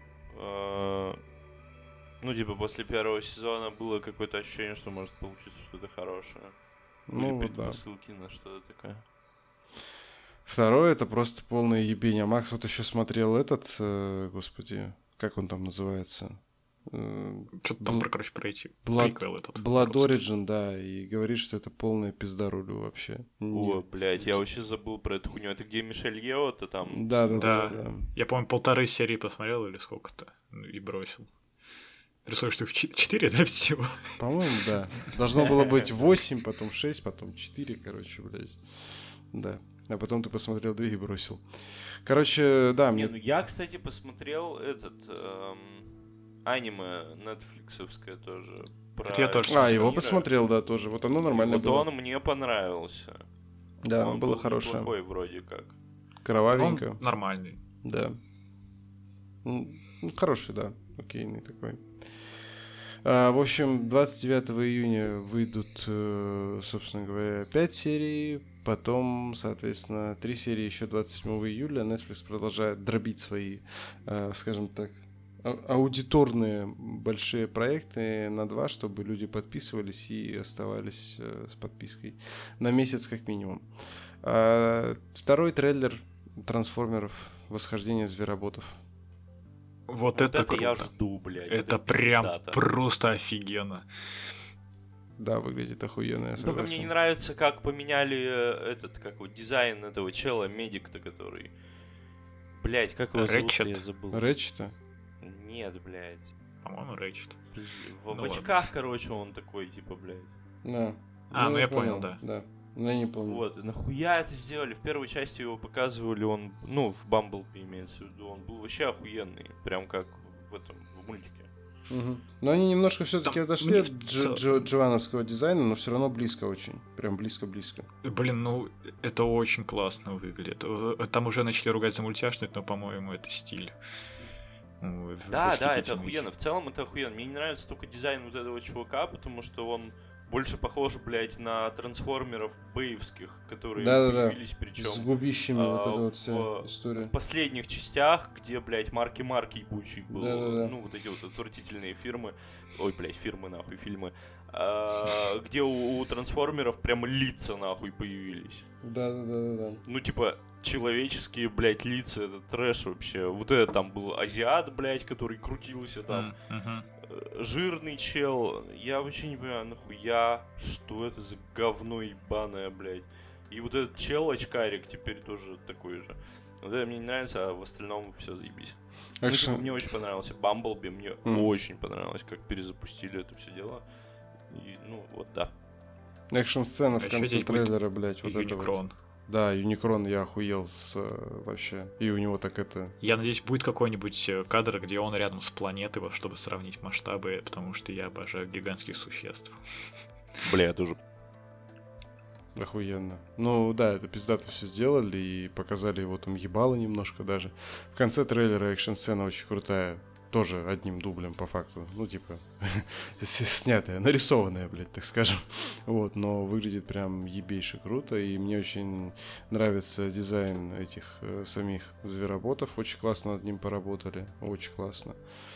Speaker 3: Ну, типа, после 1-го сезона было какое-то ощущение, что может получиться что-то хорошее.
Speaker 1: Ну,
Speaker 3: Были
Speaker 1: вот да.
Speaker 3: предпосылки на что-то такое.
Speaker 1: 2-й это просто полное ебень. А Макс вот еще смотрел этот, господи, как он там называется?
Speaker 2: Что-то там, короче, пройти.
Speaker 1: Приквел этот. Blood Origin, да, и говорит, что это полная пиздарулю вообще.
Speaker 3: О, блядь, я вообще забыл про эту хуйню. Это где Мишель Ео-то там?
Speaker 1: Да.
Speaker 2: Я, по-моему, 1,5 серии посмотрел или сколько-то, и бросил. При условии, что их 4, да, всего?
Speaker 1: По-моему, да. Должно было быть 8, потом 6, потом 4, короче, блядь. Да. А потом ты посмотрел 2 и бросил. Короче, да,
Speaker 3: мне... Ну я, кстати, посмотрел этот... аниме нетфликсовское тоже.
Speaker 2: Это я тоже смотрел.
Speaker 1: Его посмотрел, да, тоже. Вот оно нормально
Speaker 3: вот
Speaker 1: было.
Speaker 3: Он мне понравился.
Speaker 1: Да,
Speaker 3: он
Speaker 1: было
Speaker 3: был
Speaker 1: хорошее.
Speaker 3: Неплохой вроде как.
Speaker 1: Кровавенько.
Speaker 2: Он нормальный.
Speaker 1: Да. Ну, хороший, да. Окейный такой. В общем, 29 июня выйдут, собственно говоря, 5 серий. Потом, соответственно, 3 серии еще 27 июля. Netflix продолжает дробить свои, скажем так, аудиторные большие проекты на 2, чтобы люди подписывались и оставались с подпиской на месяц как минимум. 2-й трейлер Трансформеров Восхождение звероботов.
Speaker 2: Вот это круто.
Speaker 3: Я жду, блядь.
Speaker 2: Это прям просто офигенно.
Speaker 1: Да, выглядит охуенно, я согласен.
Speaker 3: Только мне не нравится, как поменяли дизайн этого чела, медик-то, который... Блядь, как его зовут, я забыл.
Speaker 1: Рэтчета?
Speaker 3: Нет, блядь.
Speaker 2: По-моему, Рэтчет.
Speaker 3: В очках, короче, он такой, типа, блядь.
Speaker 1: Да.
Speaker 2: Ну я понял, да.
Speaker 1: Да. Но я не помню.
Speaker 3: Вот, нахуя это сделали? В первой части его показывали, он, ну, в Бамблби имеется в виду, он был вообще охуенный, прям как в мультике.
Speaker 1: Угу. Но они немножко все-таки отошли от джовановского дизайна, но все равно близко очень. Прям близко-близко.
Speaker 2: Блин, ну, это очень классно выглядит. Там уже начали ругать за мультяшность, но, по-моему, это стиль.
Speaker 3: Да, это охуенно. В целом это охуенно. Мне не нравится только дизайн вот этого чувака, потому что он больше похож, блядь, на трансформеров бейвских, которые появились, причем
Speaker 1: с губищами, вот эта вот вся история.
Speaker 3: В последних частях, где, блядь, Марки ебучий был, ну, вот эти вот отвратительные фильмы, фильмы, где у трансформеров прям лица, нахуй, появились.
Speaker 1: Да.
Speaker 3: Ну, типа, человеческие, блядь, лица, это трэш вообще. Вот это там был азиат, блядь, который крутился там. Жирный чел. Я вообще не понимаю, нахуя, что это за говно ебаное, блядь. И вот этот чел, очкарик, теперь тоже такой же. Вот это мне не нравится, а в остальном все заебись. Ну, типа, мне очень понравился Бамблби, мне очень понравилось, как перезапустили это все дело. И, ну, вот, да.
Speaker 1: Экшн-сцена в конце трейлера, блядь, вот это
Speaker 2: вот.
Speaker 1: Да, Юникрон, я охуел вообще. И у него так это...
Speaker 2: Я надеюсь, будет какой-нибудь кадр, где он рядом с планетой, чтобы сравнить масштабы, потому что я обожаю гигантских существ.
Speaker 3: Бля, я тоже.
Speaker 1: Охуенно. Ну да, это пиздато все сделали и показали его там ебало немножко даже. В конце трейлера экшн-сцена очень крутая. Тоже одним дублем, по факту. Ну, типа, снятая, нарисованная, блядь, так скажем. Вот, но выглядит прям ебейше круто. И мне очень нравится дизайн этих самих звероботов. Очень классно над ним поработали. Очень классно.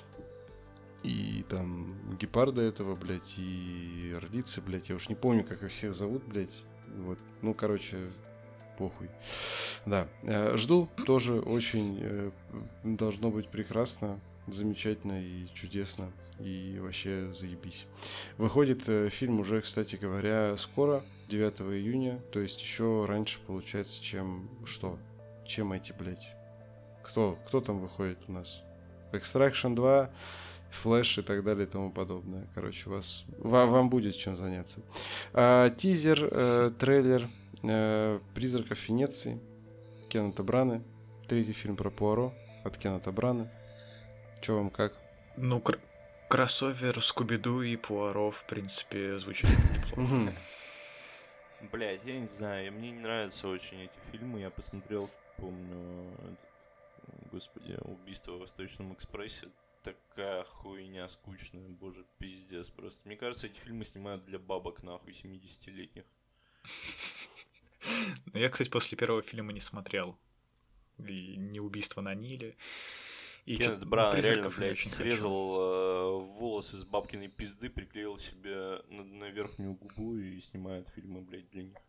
Speaker 1: И там гепарда этого, блядь, и орлицы, блядь. Я уж не помню, как их всех зовут, блядь. Вот, ну, короче... Похуй. Да. Жду тоже очень. Должно быть прекрасно. замечательно и чудесно, и вообще заебись. Выходит фильм уже, кстати говоря, скоро, 9 июня, то есть еще раньше, получается, чем что? Чем эти, блядь? Кто там выходит у нас? Extraction 2, Flash и так далее и тому подобное. Короче, вам будет чем заняться. Тизер, трейлер «Призраков Венеции» Кеннета Браны. Третий фильм про Пуаро от Кеннета Браны. Чё вам как?
Speaker 2: Ну, кроссовер Скуби-Ду и Пуаро, в принципе, звучит неплохо.
Speaker 3: Блять, я не знаю, мне не нравятся очень эти фильмы. Я посмотрел, помню, господи, «Убийство в Восточном экспрессе». Такая хуйня скучная, боже, пиздец просто. Мне кажется, эти фильмы снимают для бабок, нахуй, 70-летних.
Speaker 2: Я, кстати, после первого фильма не смотрел. И не «Убийство на Ниле».
Speaker 3: Кеннет Брана реально, блядь, срезал волосы с бабкиной пизды, приклеил себе на верхнюю губу и снимает фильмы, блядь, для них.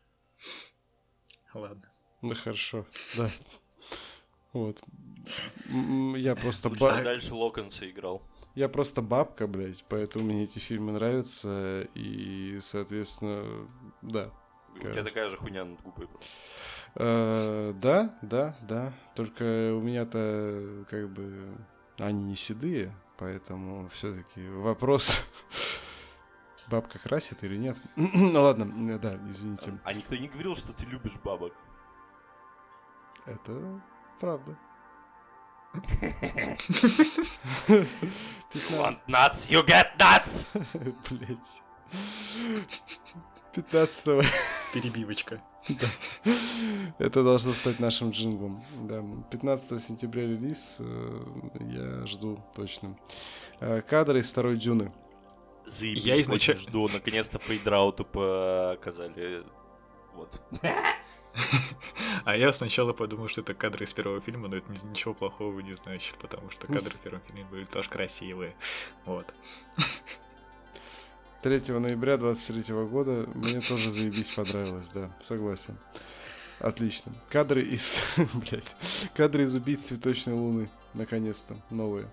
Speaker 2: Ладно.
Speaker 1: Ну хорошо, да. Вот. Я просто
Speaker 3: дальше Локонса играл.
Speaker 1: Я просто бабка, блядь, поэтому мне эти фильмы нравятся, и, соответственно, да.
Speaker 3: У тебя такая же хуйня над губой просто.
Speaker 1: Да. Только у меня-то как бы они не седые, поэтому все-таки вопрос, бабка красит или нет. Ну ладно, да, извините.
Speaker 3: А никто не говорил, что ты любишь бабок?
Speaker 1: Это правда.
Speaker 3: Want nuts, you get nuts!
Speaker 1: Блять. 15-го.
Speaker 2: Перебивочка.
Speaker 1: Да. Это должно стать нашим джинглом. Да. 15 сентября релиз. Я жду точно. Кадры из второй Дюны.
Speaker 3: Заебись, я изначально жду. Наконец-то фейдрауту показали. Вот.
Speaker 2: А я сначала подумал, что это кадры из первого фильма, но это ничего плохого не значит, потому что кадры в первом фильме были тоже красивые. Вот.
Speaker 1: 3 ноября 23 года мне тоже заебись понравилось, да, согласен. Отлично. Кадры из... Блять. Кадры из «Убийц Цветочной Луны». Наконец-то. Новые.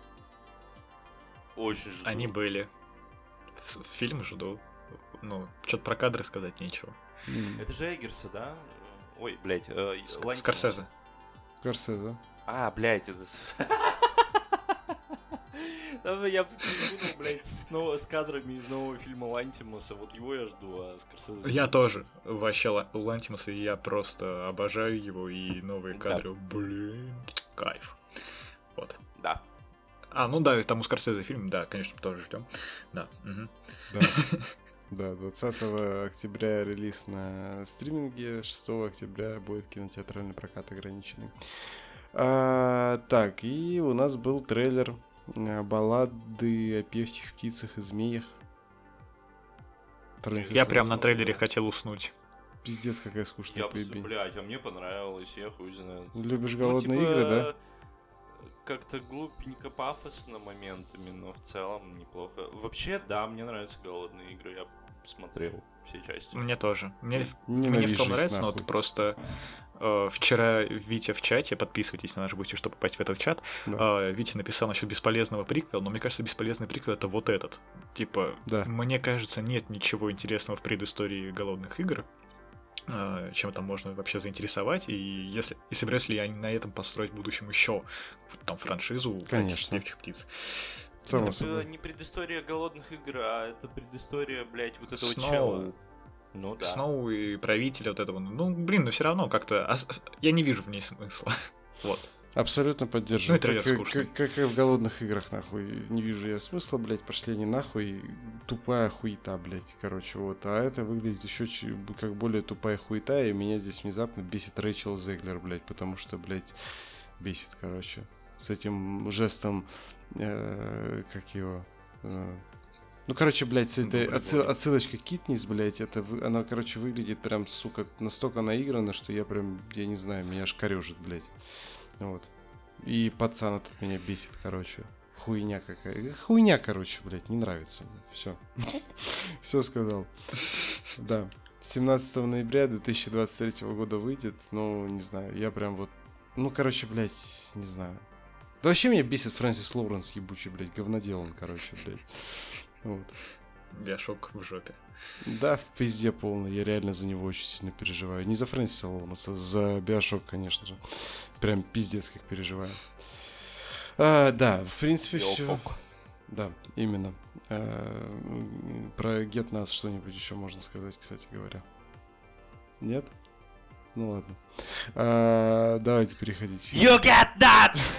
Speaker 3: Очень жду.
Speaker 2: Они были. Фильм жду. Ну, что-то про кадры сказать нечего.
Speaker 3: Это же Эггерса, да? Ой, блядь.
Speaker 2: Скорсезе.
Speaker 1: Скорсезе.
Speaker 3: А, блядь, это... Я перепутал, блядь, с кадрами из нового фильма Лантимуса. Вот его я жду, а Скорсезе...
Speaker 2: Я тоже. Вообще, Лантимуса, я просто обожаю его, и новые кадры, блин, кайф. Вот.
Speaker 3: Да.
Speaker 2: Ну да, там у Скорсезе фильм, да, конечно, тоже ждем. Да.
Speaker 1: Да. Да, 20 октября релиз на стриминге, 6 октября будет кинотеатральный прокат ограниченный. Так, и у нас был трейлер баллады о певчих птицах и змеях.
Speaker 2: Я прям на трейлере хотел уснуть.
Speaker 1: Пиздец, какая скучная поебень.
Speaker 3: Блядь, а мне понравилось, я хуй знаю.
Speaker 1: Любишь голодные игры, да?
Speaker 3: Как-то глупенько, пафосно моментами, но в целом неплохо. Вообще, да, мне нравятся голодные игры, я смотрел все части.
Speaker 2: Мне тоже. Мне в целом нравится, но вот просто вчера Витя в чате, подписывайтесь на наш бусти, чтобы попасть в этот чат, да. Витя написал насчет бесполезного приквела, но мне кажется, бесполезный приквел — это вот этот. Типа, да. Мне кажется, нет ничего интересного в предыстории голодных игр, чем там можно вообще заинтересовать, и собираюсь ли я на этом построить в будущем еще там франшизу певчих птиц.
Speaker 3: Это не предыстория голодных игр, а это предыстория, блядь, вот этого чела. Ну да.
Speaker 2: Сноу и правителя вот этого. Ну, блин, но все равно как-то... Я не вижу в ней смысла. Вот.
Speaker 1: Абсолютно поддерживаю.
Speaker 2: Ну и трейлер скучный.
Speaker 1: Как и в голодных играх, нахуй. Не вижу я смысла, блядь, пошли они нахуй. Тупая хуета, блядь, короче, вот. А это выглядит еще как более тупая хуета, и меня здесь внезапно бесит Рэйчел Зеглер, блядь, потому что, блядь, бесит, короче. С этим жестом, как его... Ну, короче, блядь, с этой отсылочкой Китнис, блядь, она, короче, выглядит прям, сука, настолько наигранно, что я не знаю, меня аж корёжит, блядь. Вот. И пацан этот меня бесит, короче. Хуйня какая. Хуйня, короче, блядь, не нравится. Все. Все сказал. Да. 17 ноября 2023 года выйдет. Ну, не знаю, я прям вот... Ну, короче, блядь, не знаю. Да вообще меня бесит Фрэнсис Лоуренс ебучий, блядь, говнодел он, короче, блядь. Вот.
Speaker 2: Биошок в жопе.
Speaker 1: Да, в пизде полный. Я реально за него очень сильно переживаю. Не за Фрэнсиса Лоуренса, за Биошок, конечно же. Прям пиздец как переживаю. Да, в принципе, все.
Speaker 3: Биошок.
Speaker 1: Да, именно. Про Get Nuts что-нибудь еще можно сказать, кстати говоря. Нет? Ну ладно. Давайте переходить.
Speaker 3: You get nuts!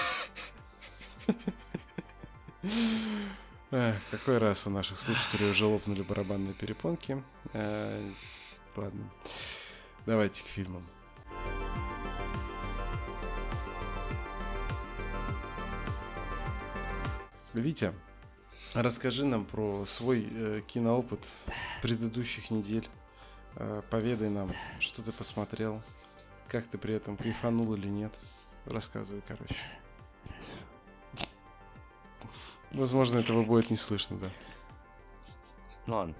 Speaker 1: Какой раз у наших слушателей уже лопнули барабанные перепонки. Ладно. Давайте к фильмам. Витя, расскажи нам про свой киноопыт предыдущих недель. Поведай нам, что ты посмотрел, как ты при этом кайфанул или нет. Рассказывай, короче. Возможно, этого будет не слышно, да.
Speaker 3: Ладно.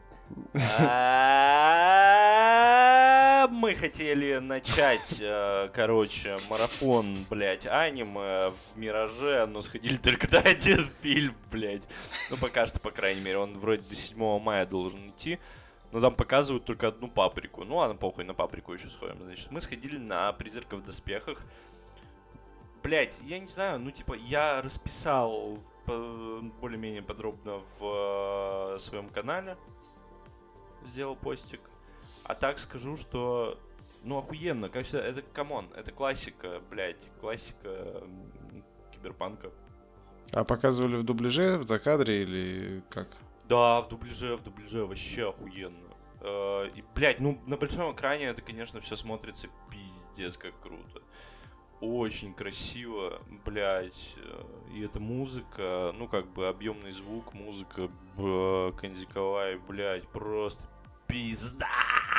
Speaker 3: Мы хотели начать, марафон, блядь, аниме в Мираже, но сходили только на один фильм, блядь. Ну, пока что, по крайней мере, он вроде до 7 мая должен идти. Но там показывают только одну паприку. Ну, ладно, похуй, на паприку еще сходим. Значит, мы сходили на «Призрака в доспехах». Блядь, я не знаю, ну, типа, я расписал более-менее подробно в своем канале. Сделал постик. А так скажу, что, ну, охуенно. Как всегда, это, камон, это классика, блядь, классика киберпанка.
Speaker 1: А показывали в дубляже, в закадре или как?
Speaker 3: Да, в дубляже вообще охуенно. И, блядь, ну, на большом экране это, конечно, все смотрится пиздец как круто. Очень красиво, блядь. И эта музыка, ну, как бы объемный звук, музыка Кандзиковай, блядь, просто пизда.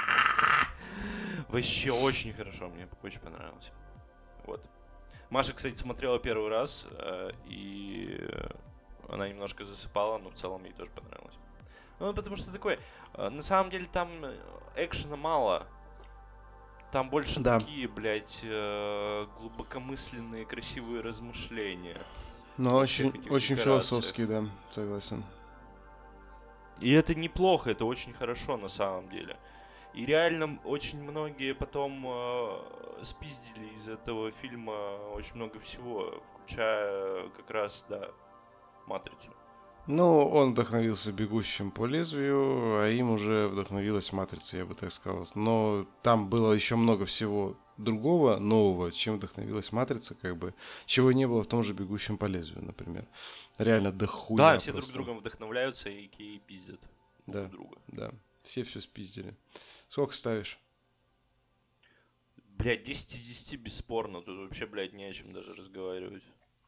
Speaker 3: Вообще очень хорошо, мне очень понравилось. Вот. Маша, кстати, смотрела первый раз, и она немножко засыпала, но в целом ей тоже понравилось. Ну, потому что такое, на самом деле там экшена мало. Там больше такие, блядь, глубокомысленные, красивые размышления.
Speaker 1: Но очень философский, да, согласен.
Speaker 3: И это неплохо, это очень хорошо на самом деле. И реально очень многие потом спиздили из этого фильма очень много всего, включая как раз, да, «Матрицу».
Speaker 1: Ну, он вдохновился «Бегущим по лезвию», а им уже вдохновилась «Матрица», я бы так сказал. Но там было еще много всего другого, нового, чем вдохновилась «Матрица», как бы, чего не было в том же «Бегущем по лезвию», например. Реально дохуя.
Speaker 3: Да, все друг другом вдохновляются и пиздят друг друга.
Speaker 1: Да, все спиздили. Сколько ставишь?
Speaker 3: Блядь, 10 из 10 бесспорно. Тут вообще, блядь, не о чем даже разговаривать.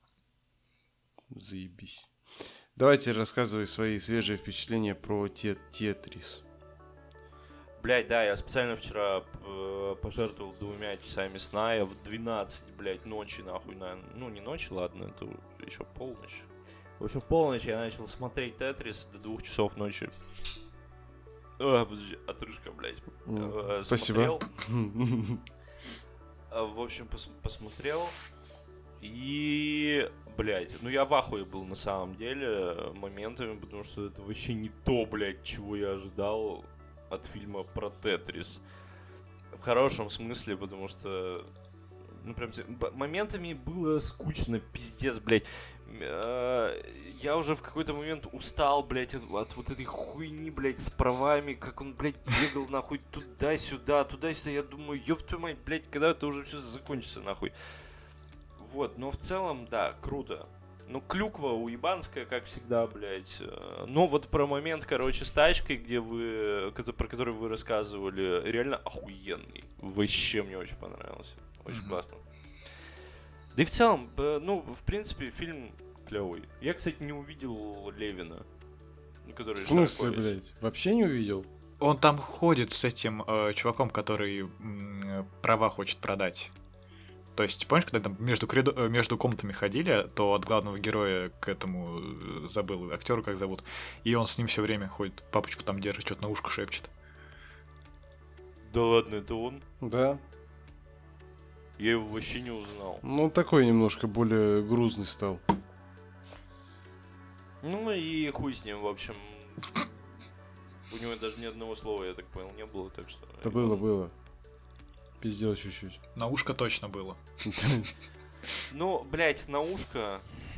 Speaker 1: Заебись. Давайте рассказывай свои свежие впечатления про Тетрис.
Speaker 3: Блядь, да, я специально вчера пожертвовал 2 часами сна. Я в 12, блядь, ночи, нахуй, ну не ночи, ладно, это еще полночь. В общем, в полночь я начал смотреть Тетрис до 2 часов ночи. Подожди, отрыжка, блядь.
Speaker 1: Спасибо.
Speaker 3: В общем, посмотрел. И, блядь, ну я в ахуе был на самом деле моментами, потому что это вообще не то, блядь, чего я ожидал от фильма про Тетрис. В хорошем смысле, потому что, ну прям моментами было скучно, пиздец, блядь. Я уже в какой-то момент устал, блядь, от вот этой хуйни, блядь, с правами, как он, блядь, бегал, нахуй, туда-сюда. Я думаю, ёб твою мать, блядь, когда это уже все закончится, нахуй. Вот, но в целом, да, круто. Ну, клюква уебанская, как всегда, блядь. Но вот про момент, короче, с тачкой, про который вы рассказывали, реально охуенный. Вообще мне очень понравился. Очень классно. Да и в целом, ну, в принципе, фильм клевый. Я, кстати, не увидел Левина. Который
Speaker 1: в смысле, блядь? Вообще не увидел?
Speaker 2: Он там ходит с этим чуваком, который права хочет продать. То есть, помнишь, когда там между комнатами ходили, то от главного героя к этому, забыл актера, как зовут, и он с ним все время ходит, папочку там держит, что-то на ушко шепчет.
Speaker 3: Да ладно, это он?
Speaker 1: Да.
Speaker 3: Я его вообще не узнал.
Speaker 1: Ну, он такой немножко более грузный стал.
Speaker 3: Ну и хуй с ним, в общем. У него даже ни одного слова, я так понял, не было, так что...
Speaker 1: Да было. Пиздел чуть-чуть.
Speaker 2: На ушко точно было.
Speaker 3: Ну, блядь, на ушко...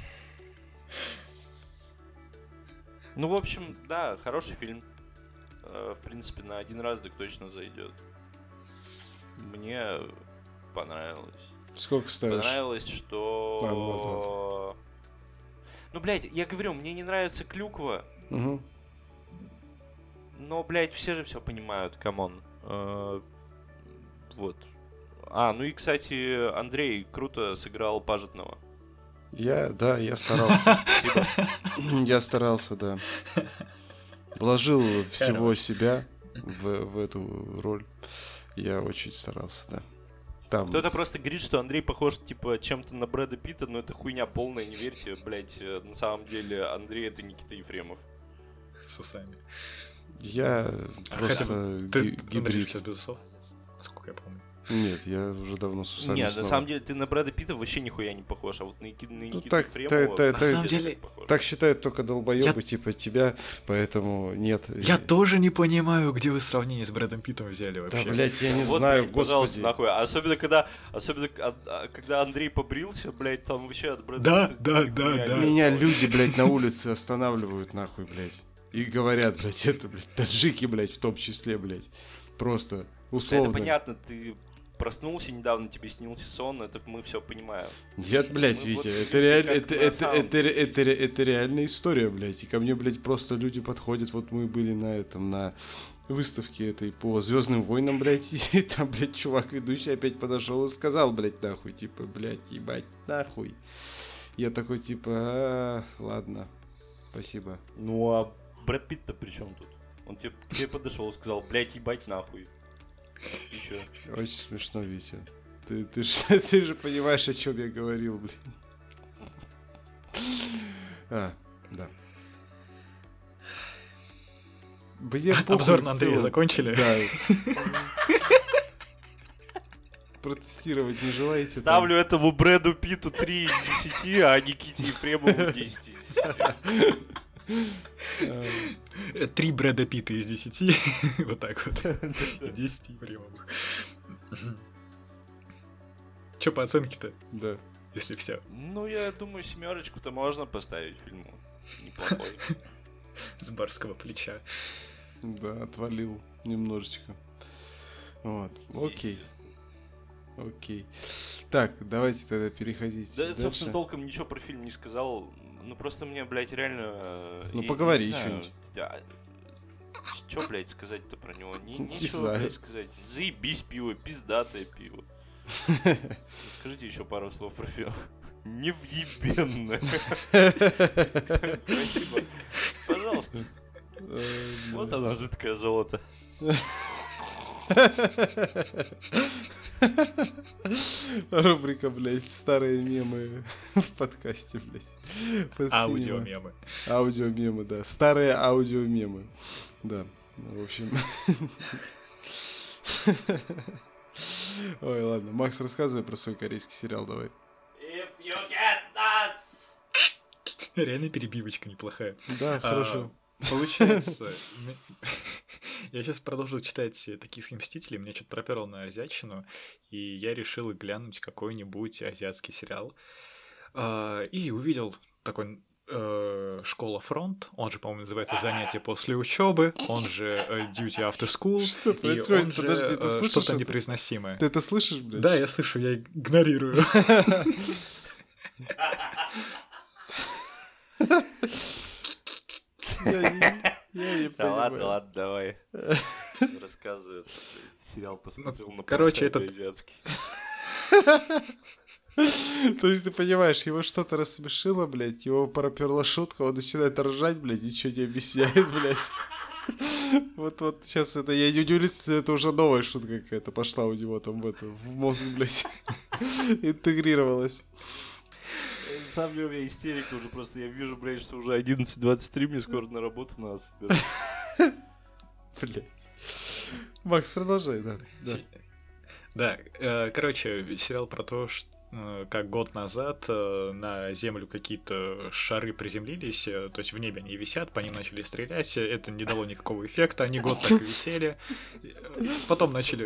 Speaker 3: Ну, в общем, да, хороший фильм. В принципе, на один раз так точно зайдет. Мне понравилось.
Speaker 1: Сколько ставишь?
Speaker 3: Понравилось, что... Ну, блядь, я говорю, мне не нравится клюква.
Speaker 1: Угу.
Speaker 3: Но, блядь, все же все понимают, камон. Вот. Ну и, кстати, Андрей круто сыграл Пажетного.
Speaker 1: Я старался.
Speaker 3: Спасибо.
Speaker 1: Я старался, да. Вложил всего себя в эту роль. Я очень старался, да. Там...
Speaker 3: Кто-то просто говорит, что Андрей похож, типа, чем-то на Брэда Питта, но это хуйня полная, не верьте, блядь. На самом деле Андрей — это Никита Ефремов.
Speaker 2: С усами.
Speaker 1: Я просто
Speaker 2: Андрей
Speaker 1: гибрид.
Speaker 2: сейчас без усов, насколько я помню.
Speaker 1: Нет, я уже давно с усами.
Speaker 3: Нет, на самом деле ты на Брэда Питта вообще нихуя не похож, а вот на Никиту Ефремова...
Speaker 2: На самом деле...
Speaker 1: Так считают только долбоёбы типа тебя, поэтому нет.
Speaker 2: Я тоже не понимаю, где вы сравнение с Брэдом Питтом взяли вообще.
Speaker 1: Да, блядь, я не
Speaker 3: вот,
Speaker 1: знаю,
Speaker 3: блядь, пожалуйста,
Speaker 1: господи.
Speaker 3: нахуй. Особенно, когда Андрей побрился, блядь, там вообще от Брэда
Speaker 2: Да,
Speaker 3: Питта
Speaker 2: да,
Speaker 3: нихуя
Speaker 2: да,
Speaker 3: не
Speaker 2: да.
Speaker 1: Меня
Speaker 3: осталось.
Speaker 1: люди, блядь, на улице останавливают, нахуй, блядь. И говорят, блядь, это, блядь, таджики, блядь, в том числе, блядь. Просто
Speaker 3: Да
Speaker 1: условно.
Speaker 3: это понятно, ты проснулся недавно, тебе снился сон, это мы все понимаем.
Speaker 1: Нет, блядь,
Speaker 3: Ну,
Speaker 1: Витя,
Speaker 3: вот
Speaker 1: это
Speaker 3: видите,
Speaker 1: реально,
Speaker 3: как на самом
Speaker 1: это реальная история, блядь. И ко мне, блядь, просто люди подходят. Вот мы были на выставке этой по Звездным войнам, блядь, и там, блядь, чувак ведущий опять подошел и сказал, блядь, нахуй, типа, блядь, ебать, нахуй. Я такой, типа, ладно, спасибо.
Speaker 3: Ну а Брэд Питт-то при чем тут? Он тебе, к тебе подошел и сказал, блядь, ебать нахуй. И чё?
Speaker 1: Очень смешно, Витя. Ты же понимаешь, о чем я говорил, блин. Да. Мне похуй
Speaker 2: Обзор
Speaker 1: в
Speaker 2: на Андрея
Speaker 1: целом.
Speaker 2: закончили?
Speaker 1: Да. Протестировать не желаете?
Speaker 3: Ставлю этому Брэду Питту 3 из 10, а Никите Ефремову 10 из 10.
Speaker 2: 3 Брэда Питта из 10. Вот так вот. 10 Ефремовых. Чё по оценке-то,
Speaker 1: Да.
Speaker 2: если все?
Speaker 3: Ну, я думаю, 7-очку-то можно поставить фильму. Неплохой.
Speaker 2: С барского плеча.
Speaker 1: Да, отвалил немножечко. Вот. Окей.
Speaker 3: Естественно.
Speaker 1: Окей. Так, давайте тогда переходить
Speaker 3: Да,
Speaker 1: дальше.
Speaker 3: собственно, толком ничего про фильм не сказал. Ну, просто мне, блядь, реально...
Speaker 1: Ну,
Speaker 3: я
Speaker 1: поговори
Speaker 3: не знаю,
Speaker 1: что-нибудь.
Speaker 3: Чё, блядь, сказать-то про него?
Speaker 1: Не
Speaker 3: Нечего,
Speaker 1: знаю.
Speaker 3: блядь, сказать. Заебись пиво, пиздатое пиво. Скажите еще пару слов про фильм. Невъебенно. Спасибо. Пожалуйста. Вот оно, жидкое золото.
Speaker 1: Рубрика, блядь, старые мемы в подкасте, блядь.
Speaker 2: Аудиомемы.
Speaker 1: Аудиомемы, да. Старые аудиомемы. Да, в общем. Ой, ладно. Макс, рассказывай про свой корейский сериал, давай.
Speaker 3: If you get nuts.
Speaker 2: Реально перебивочка неплохая.
Speaker 1: Да, хорошо.
Speaker 2: Получается, я сейчас продолжил читать «Токийских мстителей», меня что-то проперло на азиатчину, и я решил глянуть какой-нибудь азиатский сериал. И увидел такой «Школа Фронт», он же, по-моему, называется «Занятия после учебы», он же «Duty After School»,
Speaker 1: Что
Speaker 2: и
Speaker 1: происходит?
Speaker 2: он же
Speaker 1: Подожди, ты слышишь
Speaker 2: «Что-то
Speaker 1: это?
Speaker 2: непроизносимое».
Speaker 1: Ты это слышишь, блядь?
Speaker 2: Да, я слышу, я игнорирую.
Speaker 1: Я не
Speaker 3: Да ладно,
Speaker 1: понимаю.
Speaker 3: ладно, давай. Рассказывай. Сериал посмотрел на
Speaker 2: короче,
Speaker 3: порнхабе
Speaker 2: этот-
Speaker 3: азиатский.
Speaker 1: То есть ты понимаешь, его что-то рассмешило, блядь, его проперло шутка, он начинает ржать, блядь, ничего не объясняет, блядь. Вот сейчас это, я не удивлюсь, если это уже новая шутка какая-то пошла у него там в мозг, блядь, интегрировалась.
Speaker 3: На самом деле у меня истерика уже просто. Я вижу, блядь, что уже 11:23, мне скоро на работу надо собираться.
Speaker 1: Блядь. Макс, продолжай, да.
Speaker 2: Да, короче, сериал про то, как год назад на Землю какие-то шары приземлились, то есть в небе они висят, по ним начали стрелять, это не дало никакого эффекта, они год так и висели, потом начали...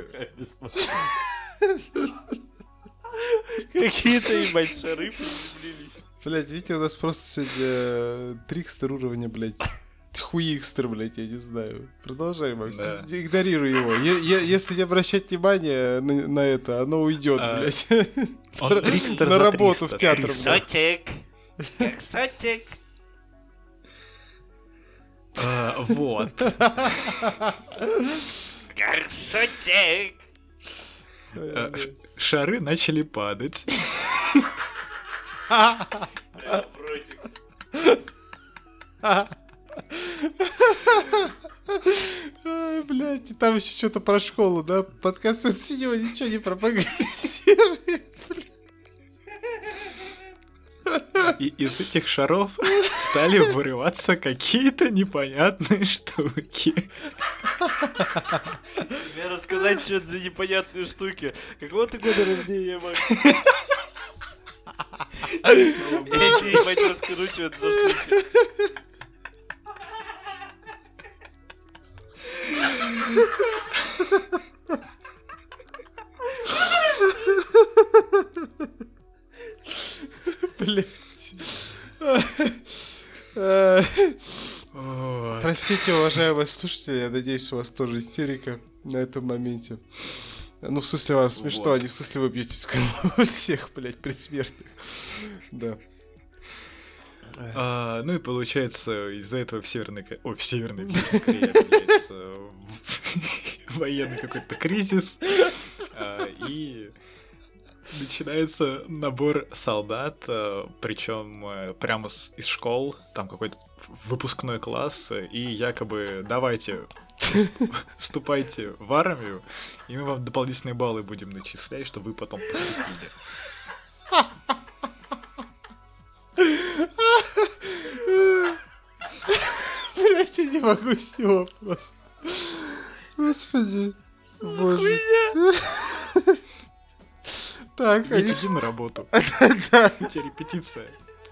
Speaker 3: Какие-то, ебать, шары приземлились.
Speaker 1: Блядь, видите, у нас просто сегодня трикстер уровня, блядь, хуикстер, блядь, я не знаю. Продолжай, Макс.
Speaker 2: Да.
Speaker 1: Игнорируй его. Если не обращать внимания на это, оно уйдет, блядь.
Speaker 2: Он трикстер
Speaker 1: На
Speaker 2: за
Speaker 1: работу
Speaker 2: 300.
Speaker 1: в театр, блядь.
Speaker 3: Красотик.
Speaker 2: Вот.
Speaker 3: Красотик.
Speaker 2: Шары начали падать.
Speaker 3: Против.
Speaker 1: Блядь, и там еще что-то про школу, да? Подкаст от синего ничего не пропагандирует.
Speaker 2: И из этих шаров стали вырываться какие-то непонятные штуки.
Speaker 3: Мне рассказать, что это за непонятные штуки. Какого ты года рождения, Макс? Я тебе, ебать, расскажу, что это за штуки.
Speaker 1: Блядь. Простите, уважаемые слушатели, я надеюсь, у вас тоже истерика на этом моменте. Ну, в смысле, вам смешно,
Speaker 2: Вот.
Speaker 1: а не в смысле вы бьетесь в кровать всех, блядь, предсмертных. Да.
Speaker 2: Ну и получается, из-за этого в Северной Корее объявляется военный какой-то кризис, и начинается набор солдат, причем прямо из школ, там какой-то выпускной класс, и якобы давайте вступайте в армию, и мы вам дополнительные баллы будем начислять, чтобы вы потом поступили.
Speaker 1: Блядь, я не могу с него просто. Господи. Боже. Так,
Speaker 2: Ведь иди на работу.
Speaker 1: да.
Speaker 2: У тебя репетиция.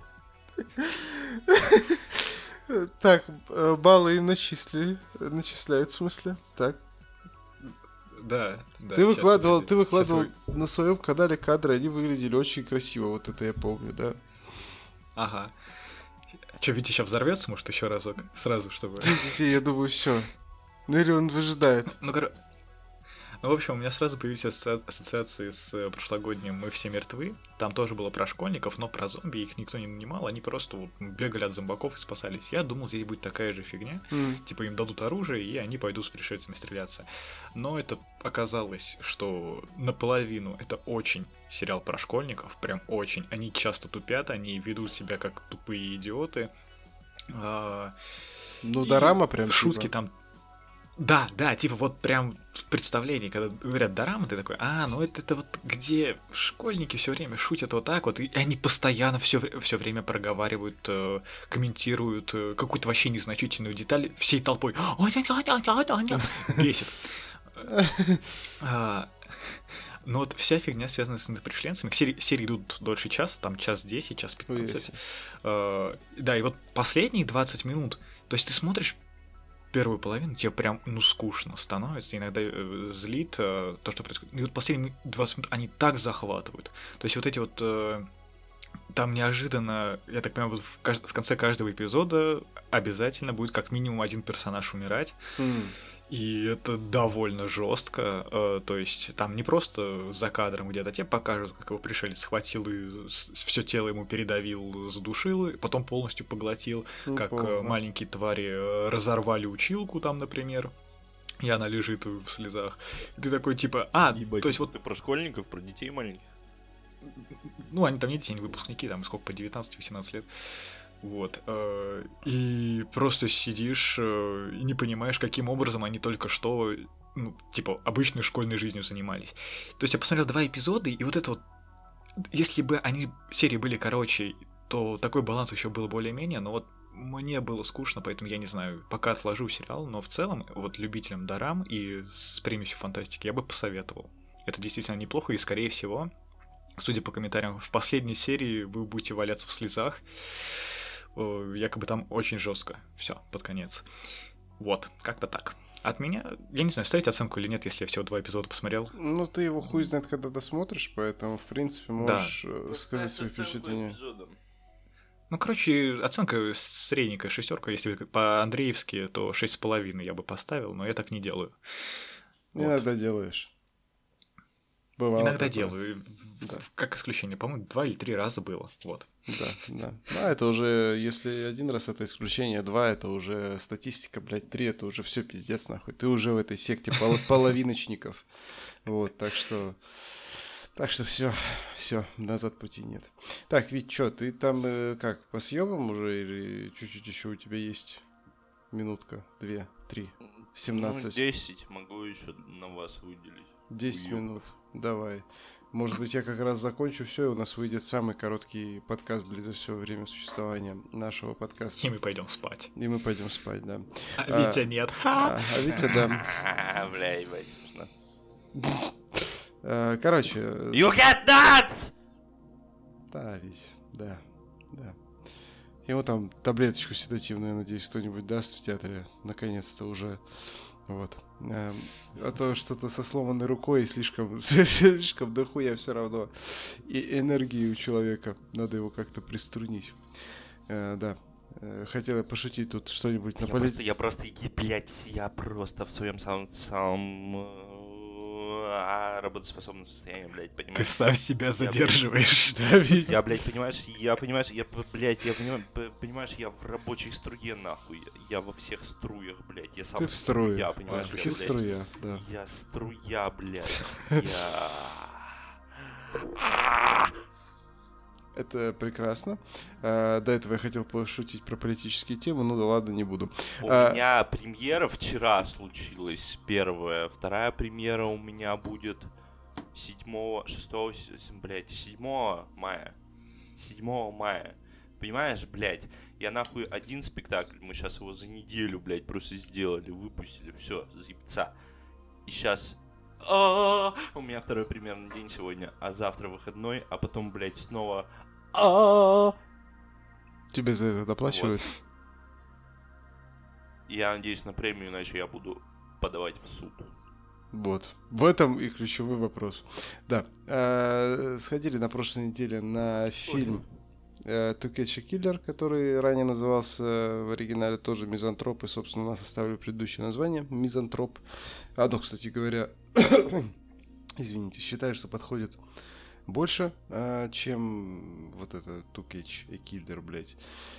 Speaker 1: Так, баллы им начислили. Начисляют, в смысле. Так.
Speaker 2: Да.
Speaker 1: Ты выкладывал на своем канале кадры, они выглядели очень красиво, вот это я помню, да.
Speaker 2: Ага. Че, Витя сейчас взорвется, может, еще разок? Сразу, чтобы...
Speaker 1: Я думаю, все. Ну или он выжидает.
Speaker 2: Ну, в общем, у меня сразу появились ассоциации с прошлогодним «Мы все мертвы». Там тоже было про школьников, но про зомби их никто не нанимал, они просто вот бегали от зомбаков и спасались. Я думал, здесь будет такая же фигня, типа им дадут оружие, и они пойдут с пришельцами стреляться. Но это оказалось, что наполовину это очень сериал про школьников, прям очень. Они часто тупят, они ведут себя как тупые идиоты.
Speaker 1: Ну, дорама прям.
Speaker 2: Шутки
Speaker 1: типа.
Speaker 2: там... Да, типа вот прям в представлении, когда говорят дорама, ты такой, ну это вот где школьники все время шутят вот так вот, и они постоянно все время проговаривают, комментируют какую-то вообще незначительную деталь всей толпой. Бесит. Но вот вся фигня связана с иноплеменцами. Серии идут дольше часа, там час 10, час 15. Да, и вот последние 20 минут, то есть ты смотришь первую половину, тебе прям, скучно становится, иногда злит то, что происходит. И вот последние 20 минут они так захватывают. То есть вот эти вот... там неожиданно, я так понимаю, в конце каждого эпизода обязательно будет как минимум один персонаж умирать. И это довольно жестко. То есть там не просто за кадром где-то тебе покажут, как его пришелец схватил и все тело ему передавил, задушил, и потом полностью поглотил, как маленькие твари разорвали училку там, например. И она лежит в слезах. И ты такой типа,
Speaker 3: Ебать,
Speaker 2: то есть вот...
Speaker 3: Ты про школьников, про детей маленьких?
Speaker 2: Ну, они там не дети, они выпускники, там сколько, по 19-18 лет. Вот. И просто сидишь и не понимаешь, каким образом они только что, обычной школьной жизнью занимались. То есть я посмотрел 2 эпизода, и вот это вот... Если бы серии были короче, то такой баланс еще был более-менее, но вот мне было скучно, поэтому я не знаю, пока отложу сериал, но в целом вот любителям дорам и с примесью фантастики я бы посоветовал. Это действительно неплохо, и, скорее всего, судя по комментариям, в последней серии вы будете валяться в слезах. Якобы там очень жестко. Все, под конец. Вот, как-то так. От меня, я не знаю, ставить оценку или нет, если я всего 2 эпизода посмотрел.
Speaker 1: Ну, ты его хуй знает, когда досмотришь, поэтому, в принципе, можешь сказать свои впечатления.
Speaker 2: Ну, короче, оценка средненькая, 6, если по-андреевски, то 6,5 я бы поставил, но я так не делаю. Вот.
Speaker 1: Иногда делаешь. Бывало
Speaker 2: Иногда
Speaker 1: такое.
Speaker 2: делаю.
Speaker 1: Да.
Speaker 2: Как исключение, по-моему, 2 или 3 раза было. Вот.
Speaker 1: Да. А это уже, если один раз это исключение, 2 это уже статистика, блядь, 3 это уже все пиздец, нахуй. Ты уже в этой секте половиночников. Вот, так что все, назад пути нет. Так, Вить, что, ты там как, по съемам уже или чуть-чуть еще у тебя есть минутка, 2, 3, 17?
Speaker 3: Ну, 10 могу еще на вас выделить.
Speaker 1: 10
Speaker 3: Уёбков.
Speaker 1: минут, давай. Может быть, я как раз закончу все, и у нас выйдет самый короткий подкаст, блин, за все время существования нашего подкаста.
Speaker 2: И мы пойдем спать.
Speaker 1: И мы пойдем спать, да.
Speaker 2: А Витя нет.
Speaker 1: А Витя, да.
Speaker 3: Бля, ебать, смешно.
Speaker 1: Короче,
Speaker 3: You got nuts!
Speaker 1: да, Вить, да. Ему там таблеточку седативную, надеюсь, кто-нибудь даст в театре. Наконец-то уже. Вот. А то что-то со сломанной рукой и слишком дохуя все равно. И энергии у человека. Надо его как-то приструнить. Да. Хотела пошутить тут что-нибудь на политику.
Speaker 3: Я просто в своем самом работоспособном состоянии, блядь, понимаешь?
Speaker 2: Ты сам себя задерживаешь.
Speaker 1: Да, Вить.
Speaker 3: Я, блядь, понимаешь, я в рабочей струе, нахуй. Я во всех струях, блядь. Я сам
Speaker 1: Ты в струе.
Speaker 3: струя, понимаешь?
Speaker 1: Ты
Speaker 3: Я, блядь,
Speaker 1: струя, да.
Speaker 3: Я струя, блядь.
Speaker 1: Это прекрасно. До этого я хотел пошутить про политические темы, ну да ладно, не буду.
Speaker 3: У меня премьера вчера случилась, первая. Вторая премьера у меня будет 7 мая. 7 мая. Понимаешь, блядь, я нахуй один спектакль, мы сейчас его за неделю, блядь, просто сделали, выпустили, все, заебца. И сейчас... У меня второй премьерный день сегодня, а завтра выходной, а потом, блядь, снова...
Speaker 1: Тебе за это доплачивают?
Speaker 3: Вот. Я надеюсь на премию, иначе я буду подавать в суд.
Speaker 1: Вот. В этом и ключевой вопрос. Да. Сходили на прошлой неделе на фильм To Catch a Killer, который ранее назывался в оригинале тоже «Мизантроп», и, собственно, у нас оставили предыдущее название «Мизантроп». Оно, кстати говоря, извините, считаю, что подходит больше, чем вот это To Catch a Killer, блядь.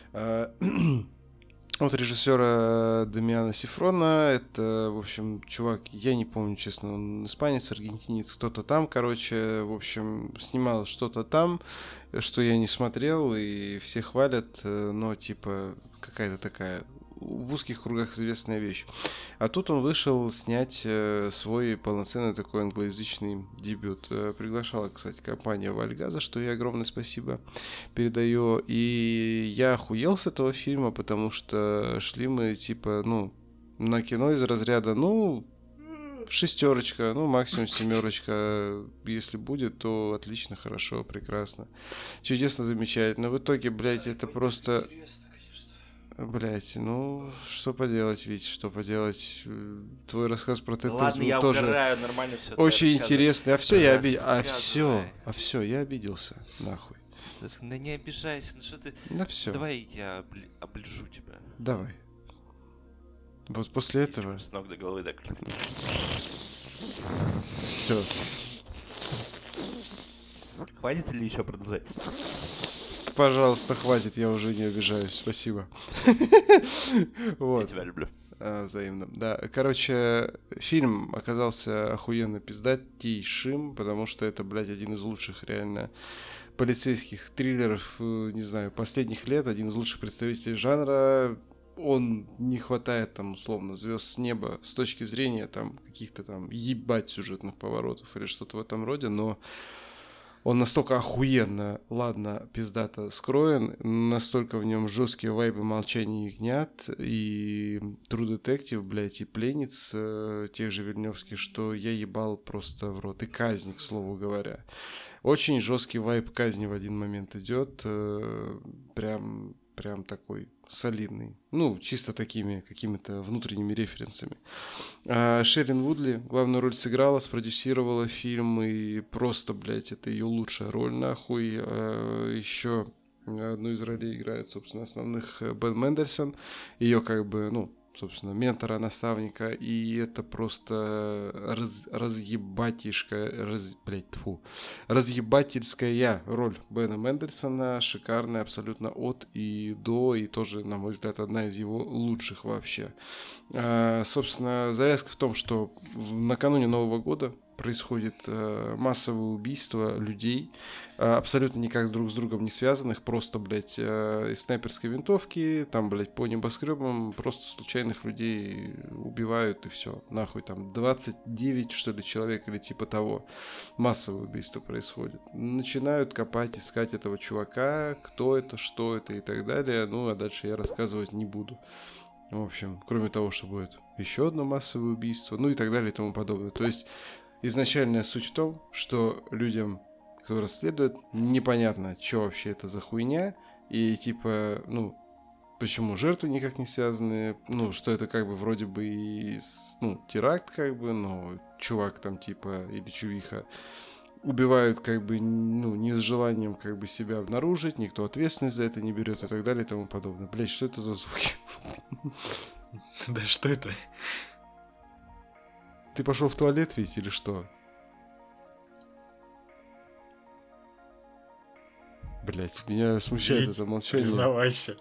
Speaker 1: От режиссера Дамиана Сифрона. Это, в общем, чувак, я не помню, честно, он испанец, аргентинец, кто-то там, короче, в общем, снимал что-то там, что я не смотрел, и все хвалят, но, типа, какая-то такая в узких кругах известная вещь. А тут он вышел снять свой полноценный такой англоязычный дебют. Приглашала, кстати, компания Вальга, за что ей огромное спасибо передаю. И я охуел с этого фильма, потому что шли мы, типа, ну, на кино из разряда, ну, 6, ну, максимум 7. Если будет, то отлично, хорошо, прекрасно. Чудесно, замечательно. В итоге, блядь, это просто... Блять, ну, что поделать, Вить, что поделать. Твой рассказ про Тед
Speaker 3: Ладно, я
Speaker 1: тоже
Speaker 3: угораю, нормально все.
Speaker 1: очень интересный. А все, я обиделся. все, я обиделся, нахуй.
Speaker 3: Да не обижайся, ну что ты...
Speaker 1: На все.
Speaker 3: Давай я оближу тебя.
Speaker 1: Давай. Вот после этого...
Speaker 3: С ног до головы так.
Speaker 1: Все.
Speaker 3: Хватит или еще продолжать?
Speaker 1: Пожалуйста, хватит, я уже не обижаюсь. Спасибо.
Speaker 3: Я тебя люблю.
Speaker 1: Взаимно. Да, короче, фильм оказался охуенно пиздатейшим, потому что это, блядь, один из лучших реально полицейских триллеров, не знаю, последних лет, один из лучших представителей жанра. Он не хватает там, условно, звезд с неба с точки зрения там каких-то там ебать сюжетных поворотов или что-то в этом роде, но Он настолько охуенно, ладно, пиздато скроен, настолько в нем жесткие вайбы молчания ягнят и True Detective, блядь, и пленниц тех же вильнёвских, что я ебал просто в рот. И казнь, к слову говоря. Очень жесткий вайб казни в один момент идет, прям такой солидный. Ну, чисто такими какими-то внутренними референсами. Шерин Вудли главную роль сыграла, спродюсировала фильм, и просто, блядь, это ее лучшая роль, нахуй. Еще одну из ролей играет, собственно, основных Бен Мендельсон. Ее как бы, ну, собственно, ментора, наставника, и это просто разъебательская роль Бена Мендельсона, шикарная абсолютно от и до, и тоже, на мой взгляд, одна из его лучших вообще. Собственно, завязка в том, что накануне Нового года происходит массовое убийство людей, абсолютно никак друг с другом не связанных, просто, блядь, из снайперской винтовки, там, блядь, по небоскребам просто случайных людей убивают, и все, нахуй, там 29, что ли, человек или типа того. Массовое убийство происходит. Начинают копать, искать этого чувака, кто это, что это и так далее, ну, а дальше я рассказывать не буду. В общем, кроме того, что будет еще одно массовое убийство, ну и так далее и тому подобное. То есть изначальная суть в том, что людям, кто расследует, непонятно, что вообще это за хуйня, и типа, ну, почему жертвы никак не связаны, ну, что это как бы вроде бы и, ну, теракт как бы, но чувак там типа, или чувиха, убивают как бы, ну, не с желанием как бы себя обнаружить, никто ответственность за это не берет и так далее и тому подобное. Блять, что это за звуки?
Speaker 2: Да что это?
Speaker 1: Ты пошел в туалет ведь или что? Блять, меня смущает это молчание.
Speaker 2: Признавайся.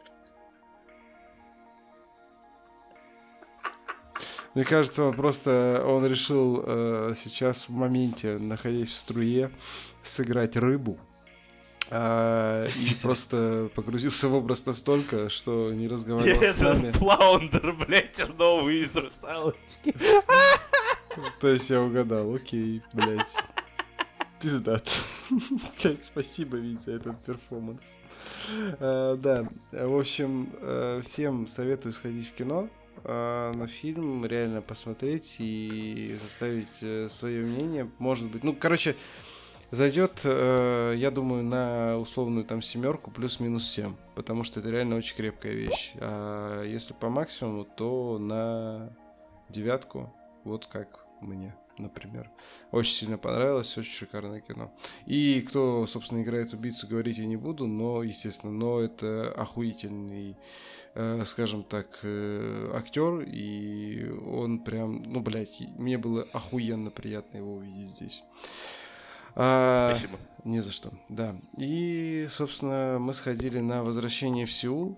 Speaker 1: Мне кажется, он решил сейчас в моменте, находясь в струе, сыграть рыбу. И просто погрузился в образ настолько, что не разговаривал с нами.
Speaker 3: Это флаундер, блядь, новый из «Русалочки».
Speaker 1: То есть я угадал, окей, блядь. Пиздат. Блядь, спасибо, Витя, за этот перформанс. Да, в общем, всем советую сходить в кино на фильм, реально посмотреть и составить свое мнение. Может быть, ну, короче, зайдет, я думаю, на условную там 7 плюс-минус 7, потому что это реально очень крепкая вещь. А если по максимуму, то на 9, вот как мне, например. Очень сильно понравилось, очень шикарное кино. И кто, собственно, играет убийцу, говорить я не буду, но, естественно, но это охуительный, скажем так, актер, и он прям, ну, блядь, мне было охуенно приятно его увидеть здесь.
Speaker 3: Спасибо.
Speaker 1: Не за что, да. И, собственно, мы сходили на «Возвращение в Сеул».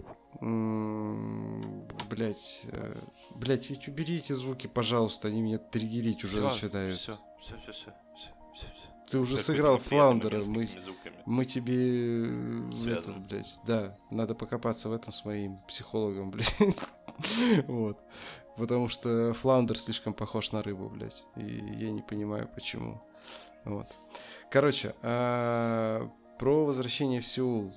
Speaker 1: Блять, ведь уберите звуки, пожалуйста, они меня триггерить уже начинают.
Speaker 3: Все.
Speaker 1: Ты уже сыграл флаундера, мы тебе это, блядь, да, надо покопаться в этом с моим психологом, блядь. Вот. Потому что флаундер слишком похож на рыбу, блядь. И я не понимаю, почему. Вот. Короче, про «Возвращение в Сеул».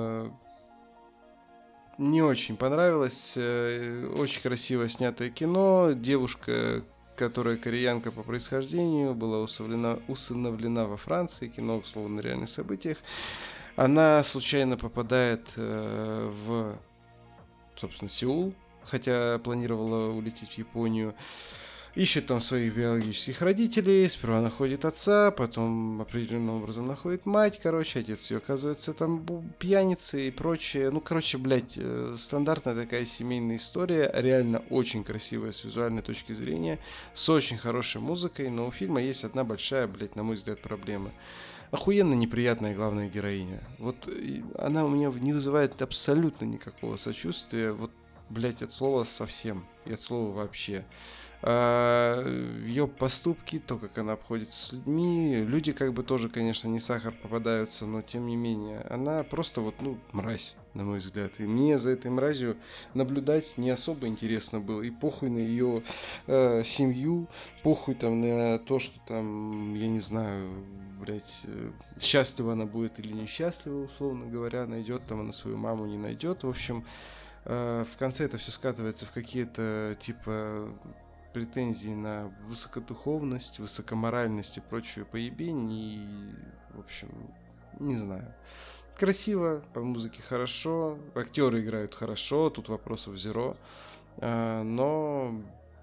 Speaker 1: Не очень понравилось. Очень красиво снятое кино. Девушка, которая кореянка по происхождению, была усыновлена во Франции. Кино, условно, на реальных событиях. Она случайно попадает в, собственно, Сеул, хотя планировала улететь в Японию. Ищет там своих биологических родителей, сперва находит отца, потом определенным образом находит мать, короче, отец ее оказывается там пьяницей и прочее. Ну, короче, блядь, стандартная такая семейная история, реально очень красивая с визуальной точки зрения, с очень хорошей музыкой, но у фильма есть одна большая, блядь, на мой взгляд, проблема. Охуенно неприятная главная героиня. Вот она у меня не вызывает абсолютно никакого сочувствия, вот, блядь, от слова совсем, и от слова вообще. ее поступки, то, как она обходится с людьми. Люди как бы тоже, конечно, не сахар попадаются, но тем не менее, она просто вот, ну, мразь, на мой взгляд. И мне за этой мразью наблюдать не особо интересно было. И похуй на ее семью, похуй там на то, что там, я не знаю, блядь, счастлива она будет или несчастлива, условно говоря, найдет там она свою маму, не найдет. В общем, в конце это все скатывается в какие-то, типа, претензии на высокодуховность, высокоморальность и прочую поебень. И, в общем, не знаю. Красиво, по музыке хорошо, актеры играют хорошо, тут вопросов зеро. Но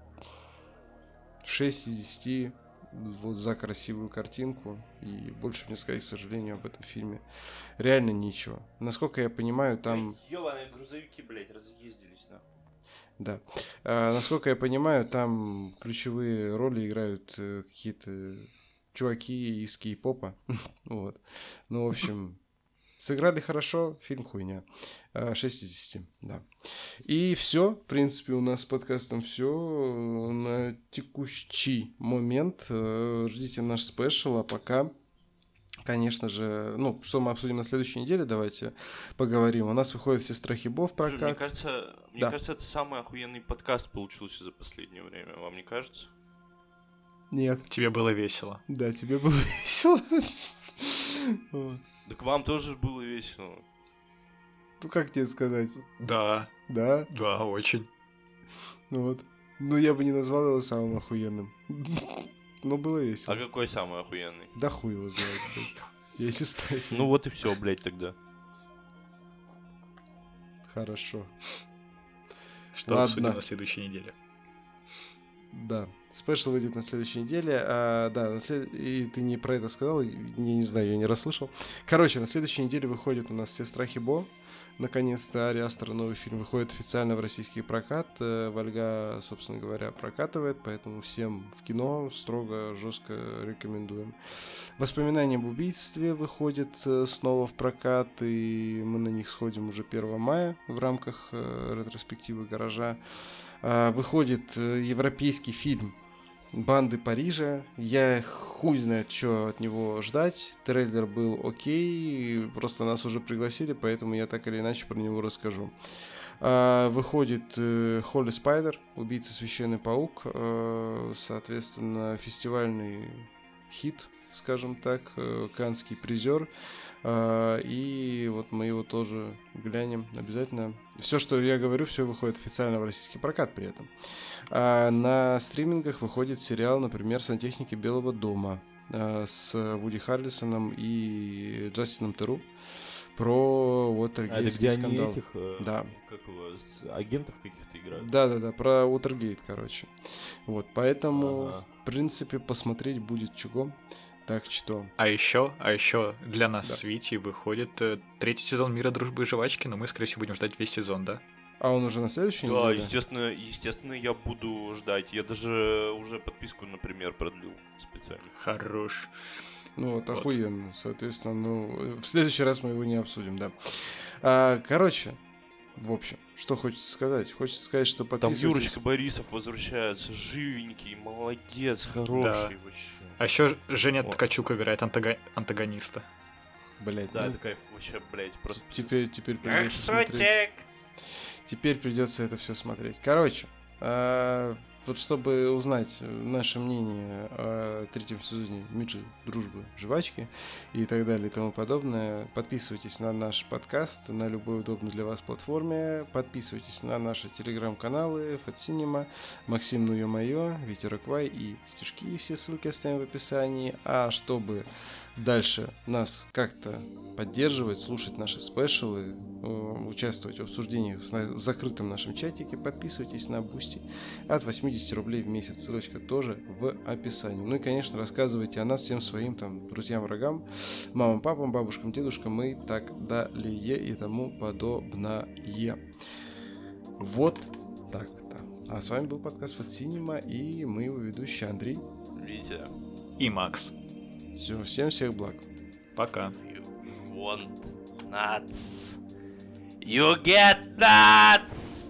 Speaker 1: 6 из 10 вот за красивую картинку. И больше мне сказать, к сожалению, об этом фильме реально нечего. Насколько я понимаю, там...
Speaker 3: Ёбаные грузовики, блядь, разъездились, нахуй.
Speaker 1: Да. Насколько я понимаю, там ключевые роли играют какие-то чуваки из кей-попа. Вот. Ну, в общем, сыграли хорошо, фильм хуйня. 6 из 10, да. И все, в принципе, у нас с подкастом все на текущий момент. Ждите наш спешл, а пока... Конечно же, ну, что мы обсудим на следующей неделе, давайте поговорим. У нас выходит «Все страхи Бо» в прокат.
Speaker 3: Слушай, мне кажется, это самый охуенный подкаст получился за последнее время. Вам не кажется?
Speaker 1: Нет.
Speaker 2: Тебе было весело.
Speaker 1: Да, тебе было весело.
Speaker 3: Так вам тоже было весело.
Speaker 1: Ну, как тебе сказать?
Speaker 2: Да.
Speaker 1: Да?
Speaker 2: Да, очень.
Speaker 1: Вот. Ну, я бы не назвал его самым охуенным. Но было весело.
Speaker 3: А какой самый охуенный?
Speaker 1: Да хуй его знает, блядь. Я не знаю.
Speaker 3: Ну вот и все, блядь, тогда.
Speaker 1: Хорошо.
Speaker 2: Что обсудим на следующей неделе?
Speaker 1: Да. Спешл выйдет на следующей неделе. Да, и ты не про это сказал, я не знаю, я не расслышал. Короче, на следующей неделе выходит у нас «Все страхи Бо». Наконец-то Ари Астер, новый фильм, выходит официально в российский прокат. Вольга, собственно говоря, прокатывает, поэтому всем в кино строго, жестко рекомендуем. «Воспоминания об убийстве» выходит снова в прокат, и мы на них сходим уже 1 мая в рамках ретроспективы «Гаража». Выходит европейский фильм «Банды Парижа». Я хуй знает, что от него ждать. Трейлер был окей, просто нас уже пригласили, поэтому я так или иначе про него расскажу. Выходит «Холли Спайдер», «Убийца Священный Паук», соответственно, фестивальный хит, скажем так, каннский призер. И вот мы его тоже глянем обязательно. Все, что я говорю, все выходит официально в российский прокат при этом. На стримингах выходит сериал, например, «Сантехники Белого дома» с Вуди Харрельсоном и Джастином Теру про Уотергейтский скандал.
Speaker 3: Этих,
Speaker 1: да.
Speaker 3: Как его, агентов каких-то играют?
Speaker 1: Да, про Уотергейт, короче. Вот, поэтому, в принципе, посмотреть будет чего. Так что...
Speaker 2: А еще для нас с Витей выходит 3-й сезон «Мира, дружбы и жвачки», но мы, скорее всего, будем ждать весь сезон, да?
Speaker 1: А он уже на следующей
Speaker 3: неделе? Да, естественно, я буду ждать. Я даже уже подписку, например, продлил специально.
Speaker 2: Хорош.
Speaker 1: Ну вот, охуенно. Соответственно, ну, в следующий раз мы его не обсудим, да. Короче, в общем, что хочется сказать? Хочется сказать, что подписывайтесь.
Speaker 3: Там Юрочка Борисов возвращается, живенький, молодец, хороший вообще.
Speaker 2: А еще Женя Ткачук играет антагониста.
Speaker 1: Блять,
Speaker 3: да, это кайф, вообще, блять, просто...
Speaker 1: Теперь придется смотреть. Теперь придется это все смотреть. Короче, вот чтобы узнать наше мнение о 3-м сезоне «Мира, дружбы, жвачки» и так далее и тому подобное, подписывайтесь на наш подкаст на любой удобной для вас платформе, подписывайтесь на наши телеграм-каналы FatCinema, Максим Ну Ё-Моё, Витя Роквай и стишки, все ссылки оставим в описании. А чтобы дальше нас как-то поддерживать, слушать наши спешалы, участвовать в обсуждениях в закрытом нашем чатике, подписывайтесь на Boosty от 80 рублей в месяц. Ссылочка тоже в описании. Ну и, конечно, рассказывайте о нас всем своим там друзьям, врагам, мамам, папам, бабушкам, дедушкам и так далее и тому подобное. Вот так-то. А с вами был подкаст FatCinema и мы его ведущие Андрей,
Speaker 3: Витя
Speaker 2: и Макс.
Speaker 1: Все, всех благ.
Speaker 2: Пока.
Speaker 3: Want nuts. You get nuts!